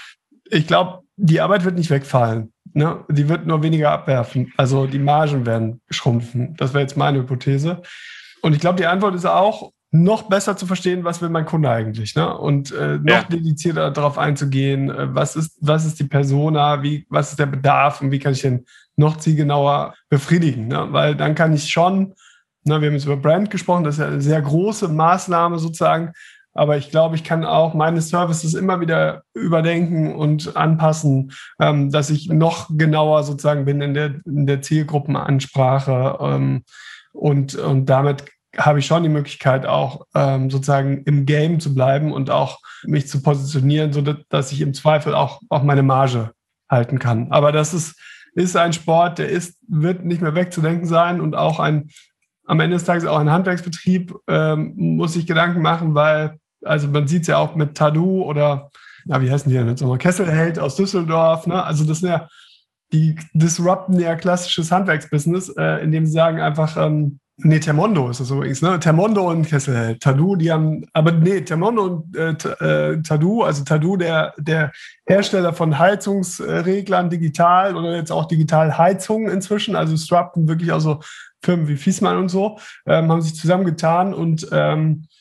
ich glaube, die Arbeit wird nicht wegfallen. Ne? Die wird nur weniger abwerfen. Also die Margen werden schrumpfen. Das wäre jetzt meine Hypothese. Und ich glaube, die Antwort ist auch, noch besser zu verstehen, was will mein Kunde eigentlich, ne? Und äh, noch ja. dedizierter darauf einzugehen, äh, was ist, was ist die Persona, wie, was ist der Bedarf und wie kann ich den noch zielgenauer befriedigen, ne? Weil dann kann ich schon, ne, wir haben jetzt über Brand gesprochen, das ist ja eine sehr große Maßnahme sozusagen, aber ich glaube, ich kann auch meine Services immer wieder überdenken und anpassen, ähm, dass ich noch genauer sozusagen bin in der, in der Zielgruppenansprache ähm, und, und damit habe ich schon die Möglichkeit, auch ähm, sozusagen im Game zu bleiben und auch mich zu positionieren, so dass ich im Zweifel auch, auch meine Marge halten kann. Aber das ist, ist ein Sport, der ist, wird nicht mehr wegzudenken sein und auch ein, am Ende des Tages auch ein Handwerksbetrieb ähm, muss sich Gedanken machen, weil, also man sieht es ja auch mit Tadu oder, ja, wie heißen die denn jetzt nochmal, Kesselheld aus Düsseldorf, ne? Also das sind ja, die disrupten ja klassisches Handwerksbusiness, äh, indem sie sagen einfach, ähm, nee, Termondo ist das übrigens, ne? Termondo und Kesselheld. Tadu, die haben, aber nee, Termondo und äh, Tadu, also Tadu, der, der Hersteller von Heizungsreglern digital oder jetzt auch digital Heizungen inzwischen, also disrupten wirklich auch so Firmen wie Viessmann und so, ähm, haben sich zusammengetan und ähm,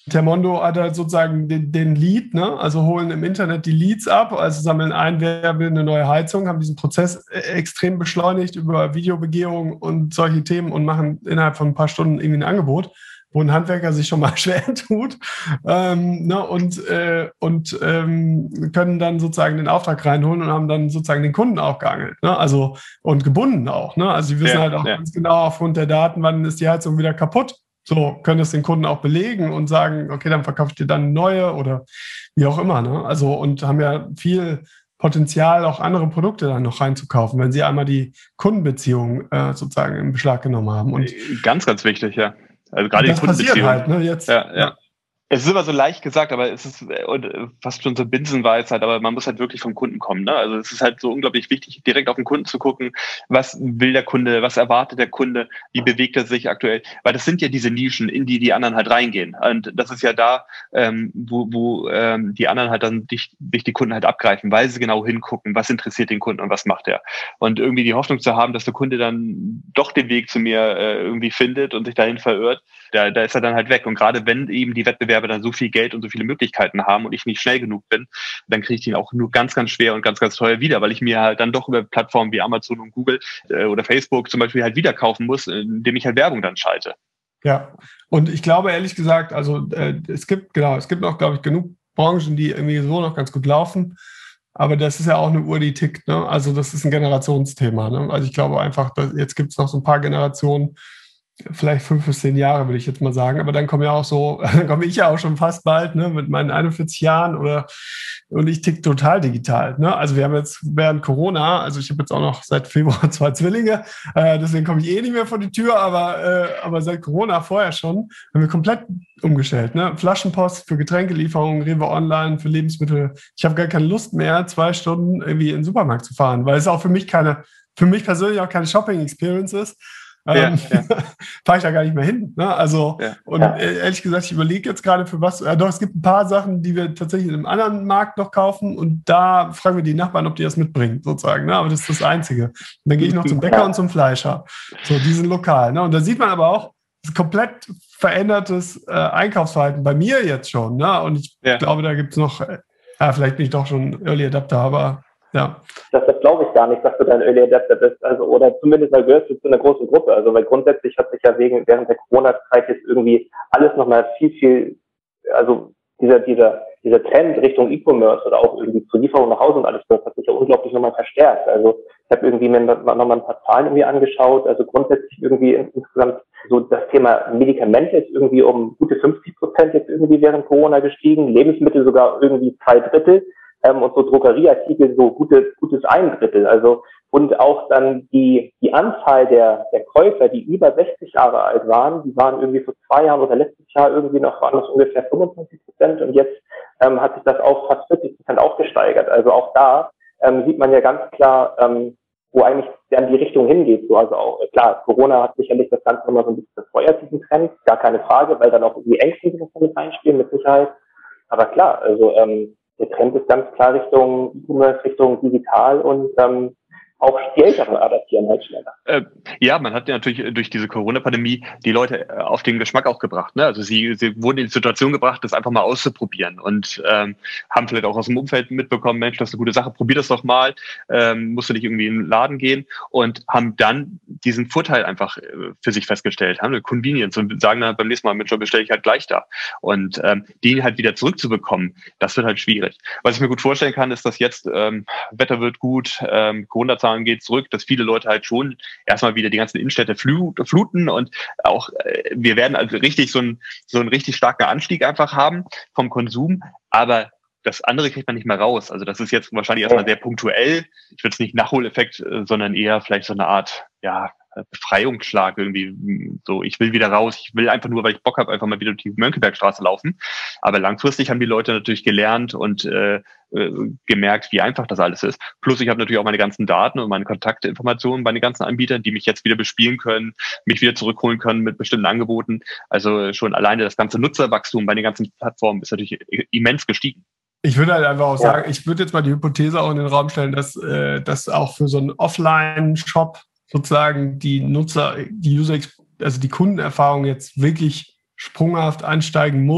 Termondo hat halt sozusagen den, den Lead, ne? Also holen im Internet die Leads ab, also sammeln ein, wer will eine neue Heizung, haben diesen Prozess extrem beschleunigt über Videobegehung und solche Themen und machen innerhalb von ein paar Stunden irgendwie ein Angebot, wo ein Handwerker sich schon mal schwer tut, ähm, ne? und, äh, und ähm, können dann sozusagen den Auftrag reinholen und haben dann sozusagen den Kunden auch geangelt, ne? Also und gebunden auch, ne? Also sie wissen ja, halt auch ja. ganz genau aufgrund der Daten, wann ist die Heizung wieder kaputt. So, können es den Kunden auch belegen und sagen, okay, dann verkaufe ich dir dann eine neue oder wie auch immer, ne? Also, und haben ja viel Potenzial, auch andere Produkte dann noch reinzukaufen, wenn sie einmal die Kundenbeziehung äh, sozusagen in Beschlag genommen haben. Und ganz, ganz wichtig, ja. Also gerade das die Kundenbeziehung. passiert halt, ne, jetzt. Ja, ja. ja. Es ist immer so leicht gesagt, aber es ist fast schon so Binsenweisheit, aber man muss halt wirklich vom Kunden kommen, ne? Also es ist halt so unglaublich wichtig, direkt auf den Kunden zu gucken, was will der Kunde, was erwartet der Kunde, wie bewegt er sich aktuell, weil das sind ja diese Nischen, in die die anderen halt reingehen, und das ist ja da, ähm, wo, wo ähm, die anderen halt dann dich, dich die Kunden halt abgreifen, weil sie genau hingucken, was interessiert den Kunden und was macht er, und irgendwie die Hoffnung zu haben, dass der Kunde dann doch den Weg zu mir äh, irgendwie findet und sich dahin verirrt, da, da ist er dann halt weg, und gerade wenn eben die Wettbewerber dann so viel Geld und so viele Möglichkeiten haben und ich nicht schnell genug bin, dann kriege ich den auch nur ganz, ganz schwer und ganz, ganz teuer wieder, weil ich mir halt dann doch über Plattformen wie Amazon und Google äh, oder Facebook zum Beispiel halt wieder kaufen muss, indem ich halt Werbung dann schalte. Ja, und ich glaube ehrlich gesagt, also äh, es gibt, genau, es gibt noch, glaube ich, genug Branchen, die irgendwie so noch ganz gut laufen, aber das ist ja auch eine Uhr, die tickt, ne? Also das ist ein Generationsthema, ne? Also ich glaube einfach, dass, jetzt gibt es noch so ein paar Generationen, vielleicht fünf bis zehn Jahre, würde ich jetzt mal sagen. Aber dann komme ja auch so, dann komme ich ja auch schon fast bald, ne, mit meinen einundvierzig Jahren oder, und ich tick total digital, ne. Also wir haben jetzt während Corona, also ich habe jetzt auch noch seit Februar zwei Zwillinge, äh, deswegen komme ich eh nicht mehr vor die Tür, aber, äh, aber seit Corona vorher schon, haben wir komplett umgestellt, ne. Flaschenpost für Getränkelieferungen, Rewe Online für Lebensmittel. Ich habe gar keine Lust mehr, zwei Stunden irgendwie in den Supermarkt zu fahren, weil es auch für mich keine, für mich persönlich auch keine Shopping-Experience ist. Ähm, ja, ja. fahre ich da gar nicht mehr hin. Ne? Also, ja, und ja. ehrlich gesagt, ich überlege jetzt gerade für was. Äh, doch, es gibt ein paar Sachen, die wir tatsächlich in einem anderen Markt noch kaufen, und da fragen wir die Nachbarn, ob die das mitbringen, sozusagen. Ne? Aber das ist das Einzige. Und dann gehe ich noch zum Bäcker und zum Fleischer. So, die sind lokal. Ne? Und da sieht man aber auch das komplett verändertes äh, Einkaufsverhalten bei mir jetzt schon. Ne? Und ich ja. glaube, da gibt es noch, äh, ja, vielleicht bin ich doch schon Early Adapter, aber ja. Das, das glaube ich gar nicht, dass du dann Early Adapter bist, also, oder zumindest mal gehörst du zu einer großen Gruppe, also, weil grundsätzlich hat sich ja wegen, während der Corona-Zeit jetzt irgendwie alles nochmal viel, viel, also, dieser, dieser, dieser Trend Richtung E-Commerce oder auch irgendwie zur Lieferung nach Hause und alles, das hat sich ja unglaublich nochmal verstärkt. Also, ich habe irgendwie mir nochmal ein paar Zahlen irgendwie angeschaut, also grundsätzlich irgendwie insgesamt so das Thema Medikamente ist irgendwie um gute fünfzig Prozent jetzt irgendwie während Corona gestiegen, Lebensmittel sogar irgendwie zwei Drittel. Und so Drogerieartikel so gute, gutes ein Drittel. Also, und auch dann die, die Anzahl der, der Käufer, die über sechzig Jahre alt waren, die waren irgendwie vor zwei Jahren oder letztes Jahr irgendwie noch, waren das ungefähr fünfundzwanzig Prozent, und jetzt ähm, hat sich das auf fast vierzig Prozent auch gesteigert. Also auch da ähm, sieht man ja ganz klar, ähm, wo eigentlich dann die Richtung hingeht. So, also auch, klar, Corona hat sicherlich das Ganze nochmal so ein bisschen befeuert, diesen Trend, gar keine Frage, weil dann auch die Ängste mit reinspielen, mit Sicherheit. Aber klar, also, ähm, der Trend ist ganz klar Richtung E-Commerce, Richtung digital, und ähm, auch die Älteren adaptieren halt schneller. Äh, ja, man hat ja natürlich durch diese Corona-Pandemie die Leute auf den Geschmack auch gebracht. Ne? Also sie, sie wurden in die Situation gebracht, das einfach mal auszuprobieren, und ähm, haben vielleicht auch aus dem Umfeld mitbekommen, Mensch, das ist eine gute Sache, probier das doch mal, ähm, musst du nicht irgendwie in den Laden gehen, und haben dann diesen Vorteil einfach für sich festgestellt, haben eine Convenience, und sagen dann beim nächsten Mal, Mensch, bestelle ich halt gleich da. Und ähm, die halt wieder zurückzubekommen, das wird halt schwierig. Was ich mir gut vorstellen kann, ist, dass jetzt ähm, Wetter wird gut, ähm, Corona-Zahlen geht zurück, dass viele Leute halt schon erstmal wieder die ganzen Innenstädte fluten, und auch äh, wir werden also richtig so ein so einen richtig starken Anstieg einfach haben vom Konsum, aber das andere kriegt man nicht mehr raus. Also das ist jetzt wahrscheinlich erstmal sehr punktuell. Ich würde es nicht Nachholeffekt, sondern eher vielleicht so eine Art, ja, Befreiungsschlag irgendwie. So, ich will wieder raus. Ich will einfach nur, weil ich Bock habe, einfach mal wieder durch die Mönckebergstraße laufen. Aber langfristig haben die Leute natürlich gelernt und äh, gemerkt, wie einfach das alles ist. Plus ich habe natürlich auch meine ganzen Daten und meine Kontaktinformationen bei den ganzen Anbietern, die mich jetzt wieder bespielen können, mich wieder zurückholen können mit bestimmten Angeboten. Also schon alleine das ganze Nutzerwachstum bei den ganzen Plattformen ist natürlich immens gestiegen. Ich würde halt einfach auch ja. sagen, ich würde jetzt mal die Hypothese auch in den Raum stellen, dass äh, das auch für so einen Offline-Shop sozusagen die Nutzer, die User, also die Kundenerfahrung jetzt wirklich sprunghaft ansteigen muss,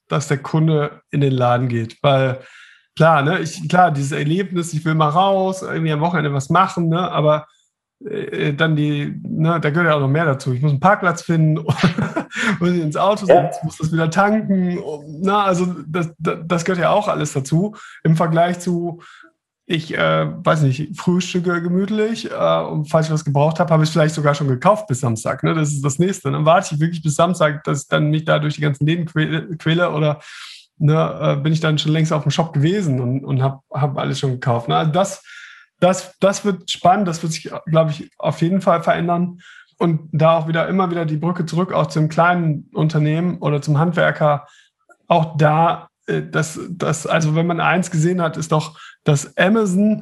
dass der Kunde in den Laden geht. Weil klar, ne, ich, klar, dieses Erlebnis, ich will mal raus, irgendwie am Wochenende was machen, ne, aber äh, dann die, ne, da gehört ja auch noch mehr dazu. Ich muss einen Parkplatz finden, muss ins Auto Ja. sitzen, muss das wieder tanken. Na, also das, das, das gehört ja auch alles dazu. Im Vergleich zu, ich äh, weiß nicht, frühstücke gemütlich äh, und falls ich was gebraucht habe, habe ich es vielleicht sogar schon gekauft bis Samstag. Ne? Das ist das Nächste. Dann warte ich wirklich bis Samstag, dass ich dann mich da durch die ganzen Läden quäle, quäle oder ne, äh, bin ich dann schon längst auf dem Shop gewesen und, und habe hab alles schon gekauft. Ne? Also das, das, das wird spannend, das wird sich, glaube ich, auf jeden Fall verändern. Und da auch wieder immer wieder die Brücke zurück auch zum kleinen Unternehmen oder zum Handwerker. Auch da, äh, das, das, also wenn man eins gesehen hat, ist doch, dass Amazon,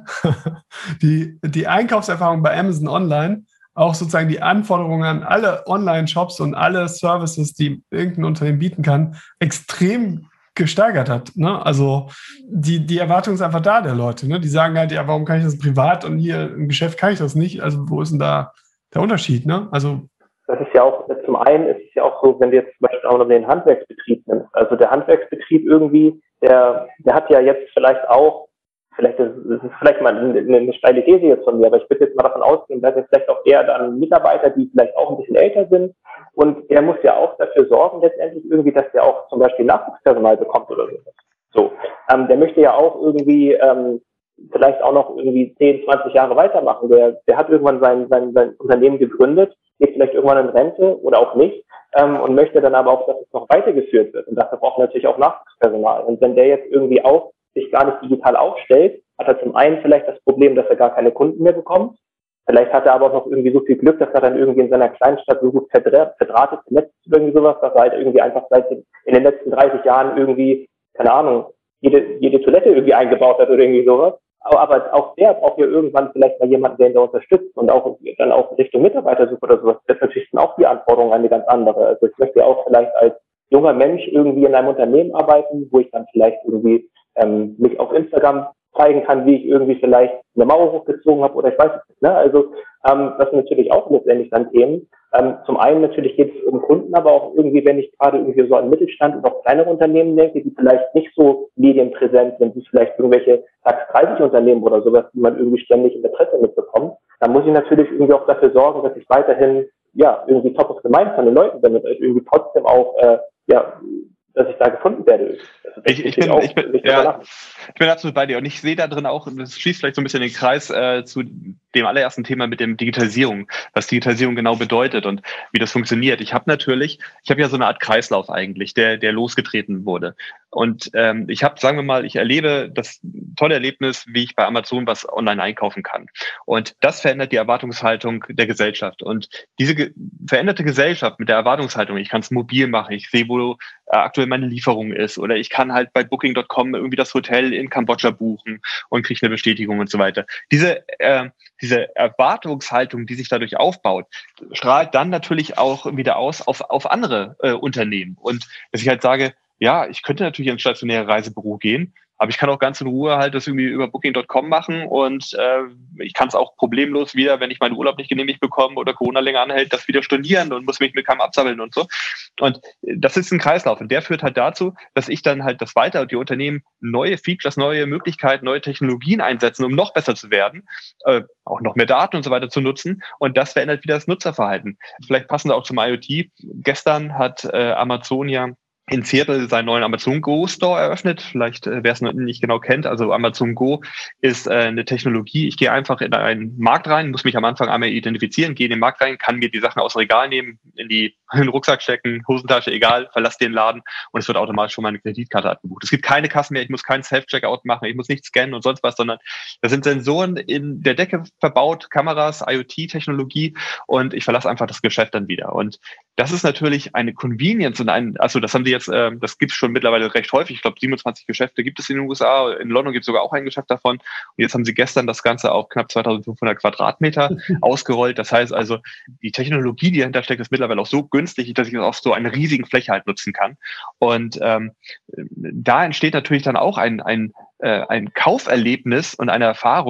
die, die Einkaufserfahrung bei Amazon Online, auch sozusagen die Anforderungen an alle Online-Shops und alle Services, die irgendein Unternehmen bieten kann, extrem gesteigert hat. Ne? Also die, die Erwartung ist einfach da der Leute. Ne? Die sagen halt, ja, warum kann ich das privat und hier im Geschäft kann ich das nicht? Also wo ist denn da der Unterschied? Ne? Also das ist ja auch, zum einen ist es ja auch so, wenn du jetzt zum Beispiel auch noch den Handwerksbetrieb nimmst. Also der Handwerksbetrieb irgendwie, der, der hat ja jetzt vielleicht auch, vielleicht ist, das ist vielleicht mal eine, eine steile These jetzt von mir, aber ich würde jetzt mal davon ausgehen, dass jetzt vielleicht auch eher dann Mitarbeiter, die vielleicht auch ein bisschen älter sind, und der muss ja auch dafür sorgen letztendlich irgendwie, dass der auch zum Beispiel Nachwuchspersonal bekommt oder so. So, ähm, der möchte ja auch irgendwie ähm, vielleicht auch noch irgendwie zehn, zwanzig Jahre weitermachen. Der, der hat irgendwann sein, sein, sein Unternehmen gegründet, geht vielleicht irgendwann in Rente oder auch nicht ähm, und möchte dann aber auch, dass es noch weitergeführt wird. Und dafür braucht er natürlich auch Nachwuchspersonal. Und wenn der jetzt irgendwie auch sich gar nicht digital aufstellt, hat er zum einen vielleicht das Problem, dass er gar keine Kunden mehr bekommt. Vielleicht hat er aber auch noch irgendwie so viel Glück, dass er dann irgendwie in seiner Kleinstadt so gut verdrahtet vernetzt ist, irgendwie sowas, dass er halt irgendwie einfach seit den, in den letzten dreißig Jahren irgendwie, keine Ahnung, jede, jede Toilette irgendwie eingebaut hat oder irgendwie sowas. Aber auch der braucht ja irgendwann vielleicht mal jemanden, der ihn da unterstützt, und auch dann auch Richtung Mitarbeitersuche oder sowas. Das ist natürlich dann auch die Anforderung eine ganz andere. Also ich möchte ja auch vielleicht als junger Mensch irgendwie in einem Unternehmen arbeiten, wo ich dann vielleicht irgendwie ähm, mich auf Instagram zeigen kann, wie ich irgendwie vielleicht eine Mauer hochgezogen habe oder ich weiß es nicht. Ne? Also ähm, das sind natürlich auch letztendlich dann Themen. Ähm, zum einen natürlich geht es um Kunden, aber auch irgendwie, wenn ich gerade irgendwie so an Mittelstand und auch kleinere Unternehmen denke, die vielleicht nicht so medienpräsent sind, wie vielleicht irgendwelche DAX dreißig Unternehmen oder sowas, die man irgendwie ständig in der Presse mitbekommt, dann muss ich natürlich irgendwie auch dafür sorgen, dass ich weiterhin ja irgendwie top of the mind von den Leuten bin, damit ich irgendwie trotzdem auch äh, ja dass ich da gefunden werde. Also ich, ich, bin, ich, bin, ja, ich bin absolut bei dir und ich sehe da drin auch, das schließt vielleicht so ein bisschen den Kreis äh, zu dem allerersten Thema mit dem Digitalisierung, was Digitalisierung genau bedeutet und wie das funktioniert. Ich habe natürlich, ich habe ja so eine Art Kreislauf eigentlich, der, der losgetreten wurde. Und ähm, ich habe, sagen wir mal, ich erlebe das tolle Erlebnis, wie ich bei Amazon was online einkaufen kann. Und das verändert die Erwartungshaltung der Gesellschaft. Und diese ge- veränderte Gesellschaft mit der Erwartungshaltung, ich kann es mobil machen, ich sehe, wo äh, aktuell meine Lieferung ist, oder ich kann halt bei Booking Punkt com irgendwie das Hotel in Kambodscha buchen und kriege eine Bestätigung und so weiter. Diese, äh, diese Erwartungshaltung, die sich dadurch aufbaut, strahlt dann natürlich auch wieder aus auf, auf andere äh, Unternehmen. Und dass ich halt sage, ja, ich könnte natürlich ins stationäre Reisebüro gehen, aber ich kann auch ganz in Ruhe halt das irgendwie über Booking Punkt com machen und äh, ich kann es auch problemlos wieder, wenn ich meinen Urlaub nicht genehmigt bekomme oder Corona länger anhält, das wieder stornieren und muss mich mit keinem absammeln und so. Und das ist ein Kreislauf und der führt halt dazu, dass ich dann halt das weiter und die Unternehmen neue Features, neue Möglichkeiten, neue Technologien einsetzen, um noch besser zu werden, äh, auch noch mehr Daten und so weiter zu nutzen und das verändert wieder das Nutzerverhalten. Vielleicht passend auch zum IoT. Gestern hat äh, Amazon ja in Seattle seinen neuen Amazon Go Store eröffnet. Vielleicht, äh, wer es noch nicht genau kennt, also Amazon Go ist äh, eine Technologie. Ich gehe einfach in einen Markt rein, muss mich am Anfang einmal identifizieren, gehe in den Markt rein, kann mir die Sachen aus dem Regal nehmen, in, die, in den Rucksack stecken, Hosentasche, egal, verlasse den Laden und es wird automatisch schon meine Kreditkarte abgebucht. Es gibt keine Kassen mehr, ich muss keinen Self-Checkout machen, ich muss nicht scannen und sonst was, sondern da sind Sensoren in der Decke verbaut, Kameras, IoT-Technologie und ich verlasse einfach das Geschäft dann wieder. Und das ist natürlich eine Convenience und ein, also das haben die jetzt, äh, das gibt es schon mittlerweile recht häufig. Ich glaube, siebenundzwanzig Geschäfte gibt es in den U S A. In London gibt es sogar auch ein Geschäft davon. Und jetzt haben sie gestern das Ganze auf knapp zweitausendfünfhundert Quadratmeter ausgerollt. Das heißt also, die Technologie, die dahinter steckt, ist mittlerweile auch so günstig, dass ich das auf so einer riesigen Fläche halt nutzen kann. Und ähm, da entsteht natürlich dann auch ein, ein, äh, ein Kauferlebnis und eine Erfahrung,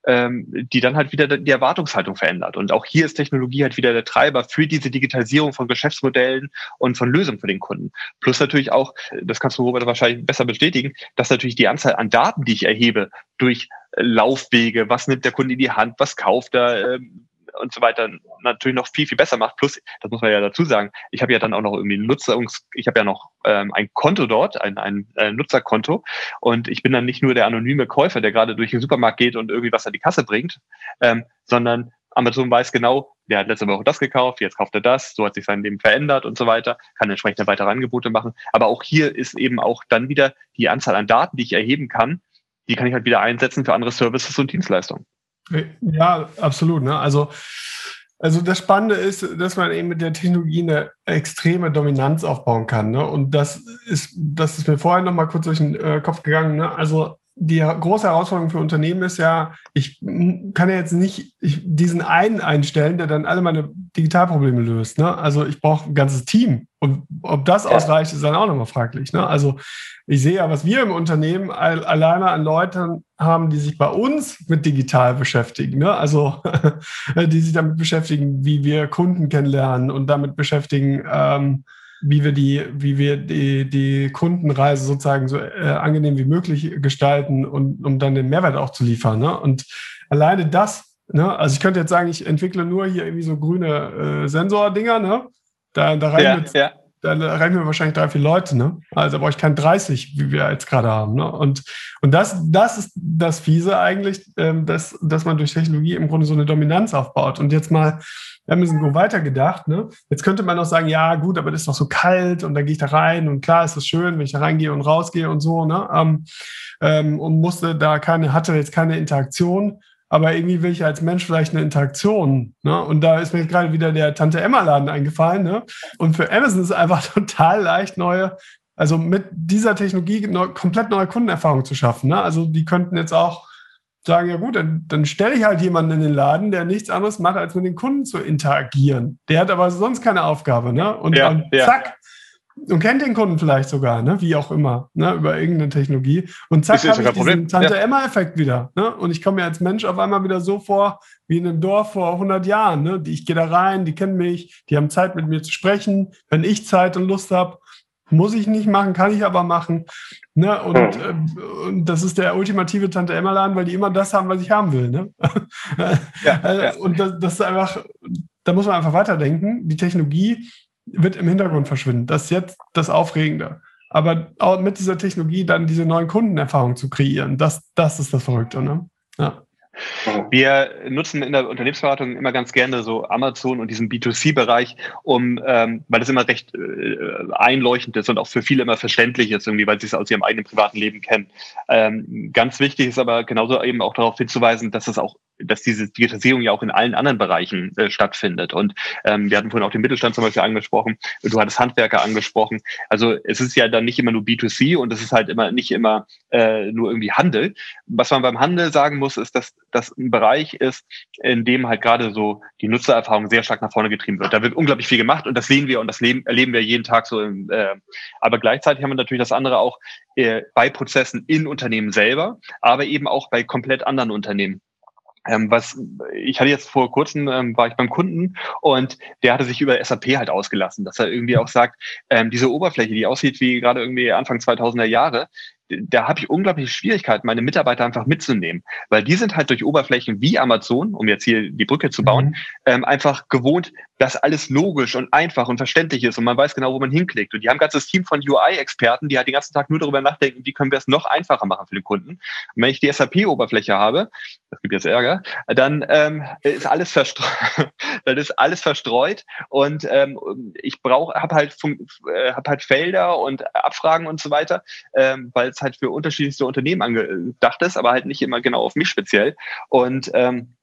ähm, die dann halt wieder die Erwartungshaltung verändert. Und auch hier ist Technologie halt wieder der Treiber für diese Digitalisierung von Geschäftsmodellen und von Lösungen für den Kunden. Plus natürlich auch, das kannst du, Robert, wahrscheinlich besser bestätigen, dass natürlich die Anzahl an Daten, die ich erhebe durch Laufwege, was nimmt der Kunde in die Hand, was kauft er, ähm, und so weiter, natürlich noch viel, viel besser macht. Plus, das muss man ja dazu sagen, ich habe ja dann auch noch irgendwie ein Nutzungs, ich habe ja noch ähm, ein Konto dort, ein, ein äh, Nutzerkonto, und ich bin dann nicht nur der anonyme Käufer, der gerade durch den Supermarkt geht und irgendwie was an die Kasse bringt, ähm, sondern Amazon weiß genau, der hat letzte Woche das gekauft, jetzt kauft er das, so hat sich sein Leben verändert und so weiter, kann entsprechende weitere Angebote machen. Aber auch hier ist eben auch dann wieder die Anzahl an Daten, die ich erheben kann, die kann ich halt wieder einsetzen für andere Services und Dienstleistungen. Ja, absolut. Ne? Also, also das Spannende ist, dass man eben mit der Technologie eine extreme Dominanz aufbauen kann. Ne? Und das ist, das ist mir vorher noch mal kurz durch den äh, Kopf gegangen. Ne? Also die große Herausforderung für Unternehmen ist ja, ich kann ja jetzt nicht diesen einen einstellen, der dann alle meine Digitalprobleme löst. Ne? Also ich brauche ein ganzes Team. Und ob das ausreicht, ist dann auch nochmal fraglich. Ne? Also ich sehe ja, was wir im Unternehmen alleine an Leuten haben, die sich bei uns mit digital beschäftigen. Ne? Also die sich damit beschäftigen, wie wir Kunden kennenlernen und damit beschäftigen, ähm, wie wir die, wie wir die, die Kundenreise sozusagen so äh, angenehm wie möglich gestalten und um dann den Mehrwert auch zu liefern. Ne? Und alleine das, ne? Also ich könnte jetzt sagen, ich entwickle nur hier irgendwie so grüne äh, Sensordinger, ne? Da, da reichen ja, wir, ja. da reichen wir wahrscheinlich drei, vier Leute, ne? Also da brauche ich kein dreißig, wie wir jetzt gerade haben. Ne? Und, und das, das ist das Fiese eigentlich, ähm, dass, dass man durch Technologie im Grunde so eine Dominanz aufbaut. Und jetzt mal Amazon Go weitergedacht. Ne? Jetzt könnte man noch sagen, ja gut, aber das ist doch so kalt und dann gehe ich da rein und klar ist das schön, wenn ich da reingehe und rausgehe und so. Ne? Ähm, ähm, und musste da keine, hatte jetzt keine Interaktion, aber irgendwie will ich als Mensch vielleicht eine Interaktion. Ne? Und da ist mir gerade wieder der Tante-Emma-Laden eingefallen. Ne? Und für Amazon ist es einfach total leicht, neue, also mit dieser Technologie neu, komplett neue Kundenerfahrungen zu schaffen. Ne? Also die könnten jetzt auch sagen, ja gut, dann, dann stelle ich halt jemanden in den Laden, der nichts anderes macht, als mit den Kunden zu interagieren. Der hat aber sonst keine Aufgabe. Ne? Und, ja, und ja. zack, und kennt den Kunden vielleicht sogar, ne? Wie auch immer, ne? Über irgendeine Technologie. Und zack, habe ich diesen Tante-Emma-Effekt wieder. Ne? Und ich komme mir als Mensch auf einmal wieder so vor, wie in einem Dorf vor hundert Jahren. Ne? Ich gehe da rein, die kennen mich, die haben Zeit, mit mir zu sprechen. Wenn ich Zeit und Lust habe, muss ich nicht machen, kann ich aber machen. Ne? Und, äh, und das ist der ultimative Tante-Emma-Laden, weil die immer das haben, was ich haben will. Ne? Ja, ja. Und das, das ist einfach, da muss man einfach weiterdenken. Die Technologie wird im Hintergrund verschwinden. Das ist jetzt das Aufregende. Aber auch mit dieser Technologie dann diese neuen Kundenerfahrungen zu kreieren, das, das ist das Verrückte. Ne? Ja. Wir nutzen in der Unternehmensberatung immer ganz gerne so Amazon und diesen B zwei C-Bereich, um, ähm, weil das immer recht äh, einleuchtend ist und auch für viele immer verständlich ist, irgendwie, weil sie es aus ihrem eigenen privaten Leben kennen. Ähm, ganz wichtig ist aber genauso eben auch darauf hinzuweisen, dass es auch dass diese Digitalisierung ja auch in allen anderen Bereichen äh, stattfindet. Und ähm, wir hatten vorhin auch den Mittelstand zum Beispiel angesprochen, du hattest Handwerker angesprochen. Also es ist ja dann nicht immer nur B zwei C und es ist halt immer nicht immer äh, nur irgendwie Handel. Was man beim Handel sagen muss, ist, dass das ein Bereich ist, in dem halt gerade so die Nutzererfahrung sehr stark nach vorne getrieben wird. Da wird unglaublich viel gemacht und das sehen wir und das leben, erleben wir jeden Tag so. Im, äh, aber gleichzeitig haben wir natürlich das andere auch äh, bei Prozessen in Unternehmen selber, aber eben auch bei komplett anderen Unternehmen. Ähm, was ich hatte jetzt vor kurzem ähm, war ich beim Kunden und der hatte sich über S A P halt ausgelassen, dass er irgendwie auch sagt, ähm, diese Oberfläche, die aussieht wie gerade irgendwie Anfang zweitausender Jahre, da habe ich unglaubliche Schwierigkeiten, meine Mitarbeiter einfach mitzunehmen, weil die sind halt durch Oberflächen wie Amazon, um jetzt hier die Brücke zu bauen, mhm. ähm, einfach gewohnt, dass alles logisch und einfach und verständlich ist und man weiß genau, wo man hinklickt. Und die haben ein ganzes Team von U I-Experten, die halt den ganzen Tag nur darüber nachdenken, wie können wir es noch einfacher machen für den Kunden. Und wenn ich die S A P-Oberfläche habe, das gibt jetzt Ärger, dann ähm, ist alles verstreut, dann ist alles verstreut und ähm, ich brauche, habe halt, äh, hab halt Felder und Abfragen und so weiter, ähm, weil es halt für unterschiedlichste Unternehmen angedacht ist, aber halt nicht immer genau auf mich speziell. Und ähm,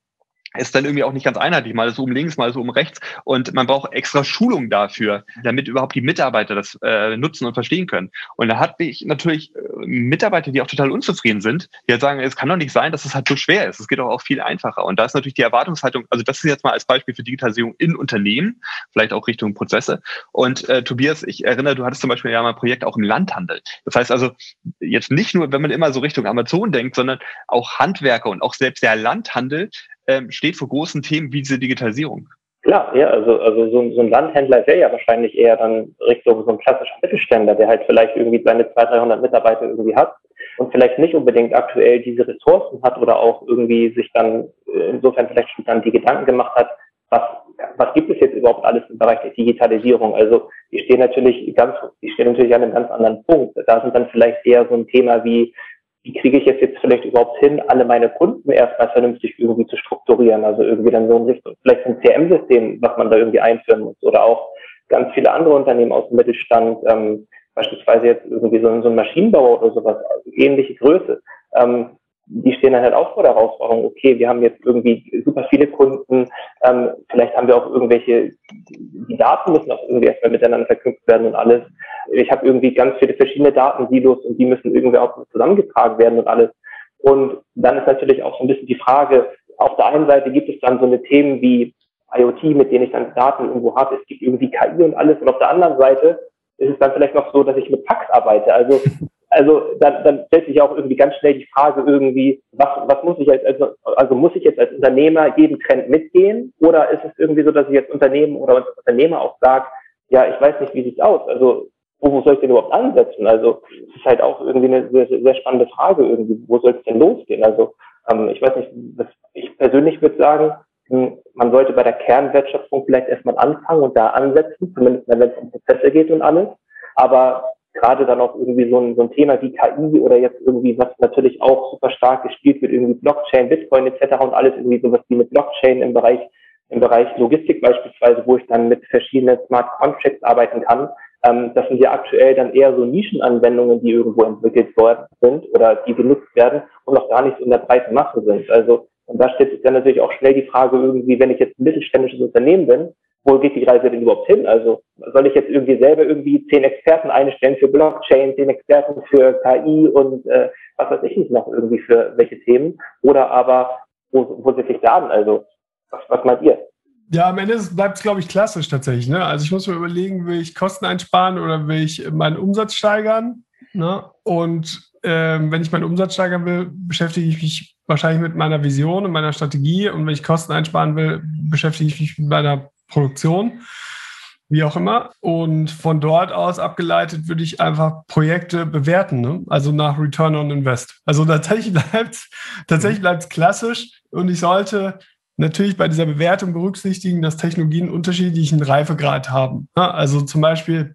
ist dann irgendwie auch nicht ganz einheitlich, mal so um links, mal so um rechts. Und man braucht extra Schulung dafür, damit überhaupt die Mitarbeiter das äh, nutzen und verstehen können. Und da hatte ich natürlich äh, Mitarbeiter, die auch total unzufrieden sind, die halt sagen, es kann doch nicht sein, dass es halt so schwer ist. Es geht doch auch viel einfacher. Und da ist natürlich die Erwartungshaltung, also das ist jetzt mal als Beispiel für Digitalisierung in Unternehmen, vielleicht auch Richtung Prozesse. Und äh, Tobias, ich erinnere, du hattest zum Beispiel ja mal ein Projekt auch im Landhandel. Das heißt also, jetzt nicht nur, wenn man immer so Richtung Amazon denkt, sondern auch Handwerker und auch selbst der Landhandel steht vor großen Themen wie diese Digitalisierung. Klar, ja, also, also so, so ein Landhändler wäre ja wahrscheinlich eher dann Richtung so ein klassischer Mittelständler, der halt vielleicht irgendwie seine zweihundert, dreihundert Mitarbeiter irgendwie hat und vielleicht nicht unbedingt aktuell diese Ressourcen hat oder auch irgendwie sich dann insofern vielleicht schon dann die Gedanken gemacht hat, was, was gibt es jetzt überhaupt alles im Bereich der Digitalisierung? Also die stehen natürlich ganz, die stehen natürlich an einem ganz anderen Punkt. Da sind dann vielleicht eher so ein Thema wie, wie kriege ich es jetzt vielleicht überhaupt hin, alle meine Kunden erstmal vernünftig irgendwie zu strukturieren, also irgendwie dann so in Richtung, vielleicht ein C R-System, was man da irgendwie einführen muss, oder auch ganz viele andere Unternehmen aus dem Mittelstand, ähm, beispielsweise jetzt irgendwie so, so ein Maschinenbauer oder sowas, also ähnliche Größe, ähm, die stehen dann halt auch vor der Herausforderung, okay, wir haben jetzt irgendwie super viele Kunden, ähm, vielleicht haben wir auch irgendwelche, die Daten müssen auch irgendwie erstmal miteinander verknüpft werden und alles. Ich habe irgendwie ganz viele verschiedene Datensilos und die müssen irgendwie auch zusammengetragen werden und alles. Und dann ist natürlich auch so ein bisschen die Frage, auf der einen Seite gibt es dann so eine Themen wie IoT, mit denen ich dann Daten irgendwo habe, es gibt irgendwie K I und alles, und auf der anderen Seite ist es dann vielleicht noch so, dass ich mit Fax arbeite, also Also dann, dann stellt sich auch irgendwie ganz schnell die Frage irgendwie, was, was muss ich als, also, also muss ich jetzt als Unternehmer jeden Trend mitgehen, oder ist es irgendwie so, dass ich als Unternehmen oder als Unternehmer auch sage, ja, ich weiß nicht, wie sieht's aus, also wo, wo soll ich denn überhaupt ansetzen? Also es ist halt auch irgendwie eine sehr, sehr spannende Frage irgendwie, wo soll es denn losgehen? Also ähm, ich weiß nicht, das, ich persönlich würde sagen, man sollte bei der Kernwertschöpfung vielleicht erstmal anfangen und da ansetzen, zumindest wenn es um Prozesse geht und alles, aber gerade dann auch irgendwie so ein, so ein Thema wie K I oder jetzt irgendwie, was natürlich auch super stark gespielt wird, irgendwie Blockchain, Bitcoin et cetera und alles irgendwie sowas wie mit Blockchain im Bereich, im Bereich Logistik beispielsweise, wo ich dann mit verschiedenen Smart Contracts arbeiten kann. Ähm, das sind ja aktuell dann eher so Nischenanwendungen, die irgendwo entwickelt worden sind oder die genutzt werden und noch gar nicht so in der breiten Masse sind. Also, und da stellt sich dann natürlich auch schnell die Frage irgendwie, wenn ich jetzt ein mittelständisches Unternehmen bin, wo geht die Reise denn überhaupt hin? Also soll ich jetzt irgendwie selber irgendwie zehn Experten einstellen für Blockchain, zehn Experten für K I und äh, was weiß ich nicht noch irgendwie für welche Themen? Oder aber, wo, wo setze ich da an? Also was, was meint ihr? Ja, am Ende bleibt es, glaube ich, klassisch tatsächlich. Ne? Also ich muss mir überlegen, will ich Kosten einsparen oder will ich meinen Umsatz steigern? Ne? Und ähm, wenn ich meinen Umsatz steigern will, beschäftige ich mich wahrscheinlich mit meiner Vision und meiner Strategie. Und wenn ich Kosten einsparen will, beschäftige ich mich mit meiner Produktion, wie auch immer. Und von dort aus abgeleitet würde ich einfach Projekte bewerten, ne? Also nach Return on Invest. Also tatsächlich bleibt es tatsächlich bleibt's klassisch, und ich sollte natürlich bei dieser Bewertung berücksichtigen, dass Technologien unterschiedlichen Reifegrad haben. Also zum Beispiel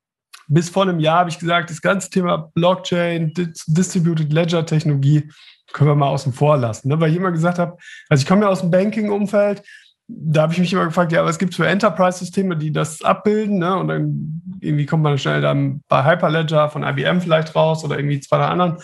bis vor einem Jahr habe ich gesagt, das ganze Thema Blockchain, Distributed Ledger Technologie können wir mal außen vor lassen, ne? Weil ich immer gesagt habe, also ich komme ja aus dem Banking-Umfeld, da habe ich mich immer gefragt, ja, was gibt es für Enterprise-Systeme, die das abbilden, ne? Und dann irgendwie kommt man schnell dann bei Hyperledger von I B M vielleicht raus oder irgendwie zwei oder anderen.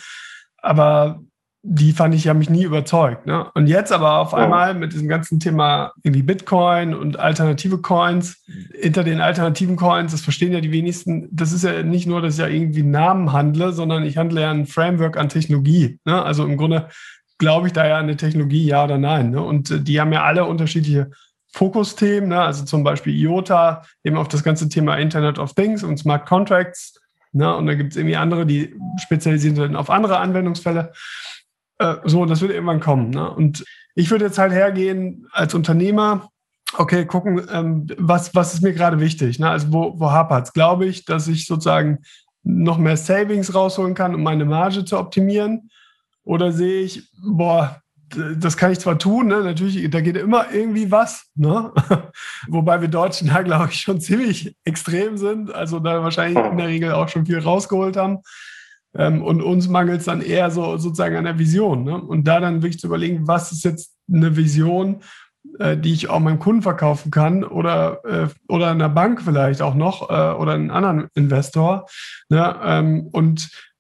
Aber die fand ich, ja mich nie überzeugt, ne? Und jetzt aber auf einmal mit diesem ganzen Thema irgendwie Bitcoin und alternative Coins, hinter den alternativen Coins, das verstehen ja die wenigsten, das ist ja nicht nur, dass ich ja irgendwie einen Namen handle, sondern ich handle ja ein Framework an Technologie, ne? Also im Grunde glaube ich da ja an eine Technologie, ja oder nein, ne? Und äh, die haben ja alle unterschiedliche Fokusthemen, ne? Also zum Beispiel I O T A, eben auf das ganze Thema Internet of Things und Smart Contracts, ne? Und da gibt es irgendwie andere, die spezialisiert sind auf andere Anwendungsfälle. Äh, so, das wird irgendwann kommen, ne? Und ich würde jetzt halt hergehen als Unternehmer, okay, gucken, ähm, was, was ist mir gerade wichtig, ne? Also wo, wo hapert es? Glaube ich, dass ich sozusagen noch mehr Savings rausholen kann, um meine Marge zu optimieren? Oder sehe ich, boah, das kann ich zwar tun, ne? Natürlich, da geht immer irgendwie was, ne? Wobei wir Deutschen da, glaube ich, schon ziemlich extrem sind, also da wahrscheinlich in der Regel auch schon viel rausgeholt haben. Ähm, und uns mangelt es dann eher so sozusagen an der Vision, ne? Und da dann wirklich zu überlegen, was ist jetzt eine Vision, äh, die ich auch meinem Kunden verkaufen kann oder, äh, oder einer Bank vielleicht auch noch äh, oder einem anderen Investor, ne? Ähm, und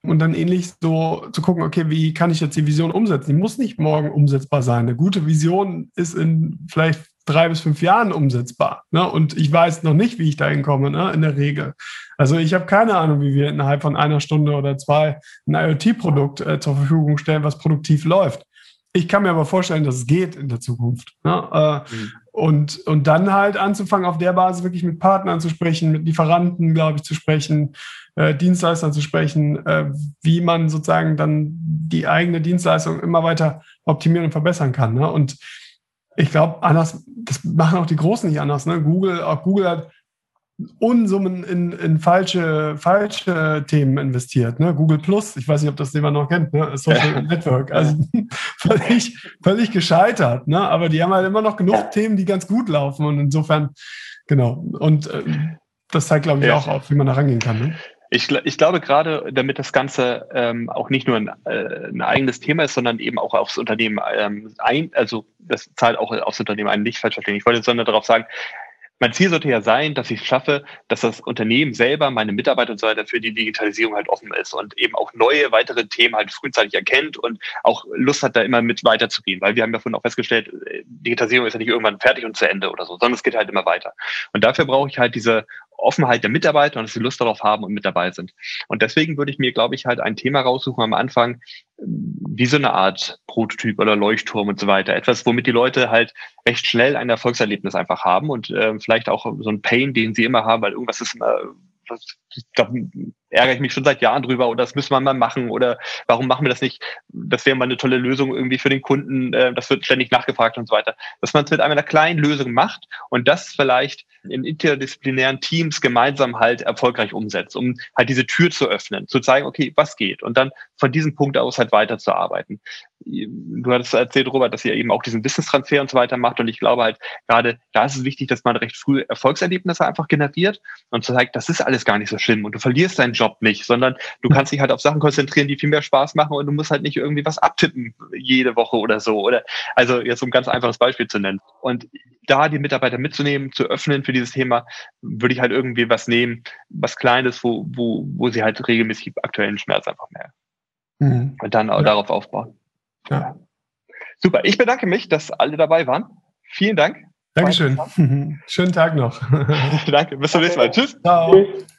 und dann ähnlich so zu gucken, okay, wie kann ich jetzt die Vision umsetzen? Die muss nicht morgen umsetzbar sein. Eine gute Vision ist in vielleicht drei bis fünf Jahren umsetzbar. Ne? Und ich weiß noch nicht, wie ich da hinkomme, ne? In der Regel. Also ich habe keine Ahnung, wie wir innerhalb von einer Stunde oder zwei ein IoT-Produkt äh, zur Verfügung stellen, was produktiv läuft. Ich kann mir aber vorstellen, dass es geht in der Zukunft. Ne? Äh, mhm. und, und dann halt anzufangen, auf der Basis wirklich mit Partnern zu sprechen, mit Lieferanten, glaube ich, zu sprechen, äh, Dienstleistern zu sprechen, äh, wie man sozusagen dann die eigene Dienstleistung immer weiter optimieren und verbessern kann. Ne? Und ich glaube, anders, das machen auch die Großen nicht anders. Ne? Google, auch Google hat Unsummen in, in falsche, falsche Themen investiert. Ne? Google Plus, ich weiß nicht, ob das jemand noch kennt, ne? Social Network. Also völlig, völlig gescheitert. Ne? Aber die haben halt immer noch genug Themen, die ganz gut laufen. Und insofern, genau. Und äh, das zeigt, glaube ich, ja. auch auf, wie man da rangehen kann. Ne? Ich, ich glaube gerade, damit das Ganze ähm, auch nicht nur ein, äh, ein eigenes Thema ist, sondern eben auch aufs Unternehmen ähm, ein, also das zahlt auch aufs Unternehmen ein, nicht falsch verstehen. Ich wollte sondern darauf sagen, mein Ziel sollte ja sein, dass ich es schaffe, dass das Unternehmen selber, meine Mitarbeiter und so weiter für die Digitalisierung halt offen ist und eben auch neue, weitere Themen halt frühzeitig erkennt und auch Lust hat, da immer mit weiterzugehen. Weil wir haben ja vorhin auch festgestellt, Digitalisierung ist ja nicht irgendwann fertig und zu Ende oder so, sondern es geht halt immer weiter. Und dafür brauche ich halt diese Offenheit der Mitarbeiter und dass sie Lust darauf haben und mit dabei sind. Und deswegen würde ich mir, glaube ich, halt ein Thema raussuchen am Anfang, wie so eine Art Prototyp oder Leuchtturm und so weiter. Etwas, womit die Leute halt recht schnell ein Erfolgserlebnis einfach haben und äh, vielleicht auch so ein Pain, den sie immer haben, weil irgendwas ist immer, da ärgere ich mich schon seit Jahren drüber oder das müssen wir mal machen oder warum machen wir das nicht? Das wäre mal eine tolle Lösung irgendwie für den Kunden, äh, das wird ständig nachgefragt und so weiter. Dass man es mit einer kleinen Lösung macht und das vielleicht in interdisziplinären Teams gemeinsam halt erfolgreich umsetzt, um halt diese Tür zu öffnen, zu zeigen, okay, was geht und dann von diesem Punkt aus halt weiterzuarbeiten. Du hattest erzählt, Robert, dass ihr eben auch diesen Wissenstransfer und so weiter macht und ich glaube halt gerade, da ist es wichtig, dass man recht früh Erfolgserlebnisse einfach generiert und zeigt, das ist alles gar nicht so schlimm und du verlierst deinen Job nicht, sondern du kannst dich halt auf Sachen konzentrieren, die viel mehr Spaß machen und du musst halt nicht irgendwie was abtippen jede Woche oder so oder also jetzt um ein ganz einfaches Beispiel zu nennen. Und da die Mitarbeiter mitzunehmen, zu öffnen für dieses Thema, würde ich halt irgendwie was nehmen, was Kleines, wo, wo, wo sie halt regelmäßig aktuellen Schmerz einfach merken. Mhm. Und dann auch ja. darauf aufbauen. Ja. Super, ich bedanke mich, dass alle dabei waren. Vielen Dank. Dankeschön. Schönen Tag noch. Danke, bis zum nächsten Mal. Tschüss. Ciao. Tschüss.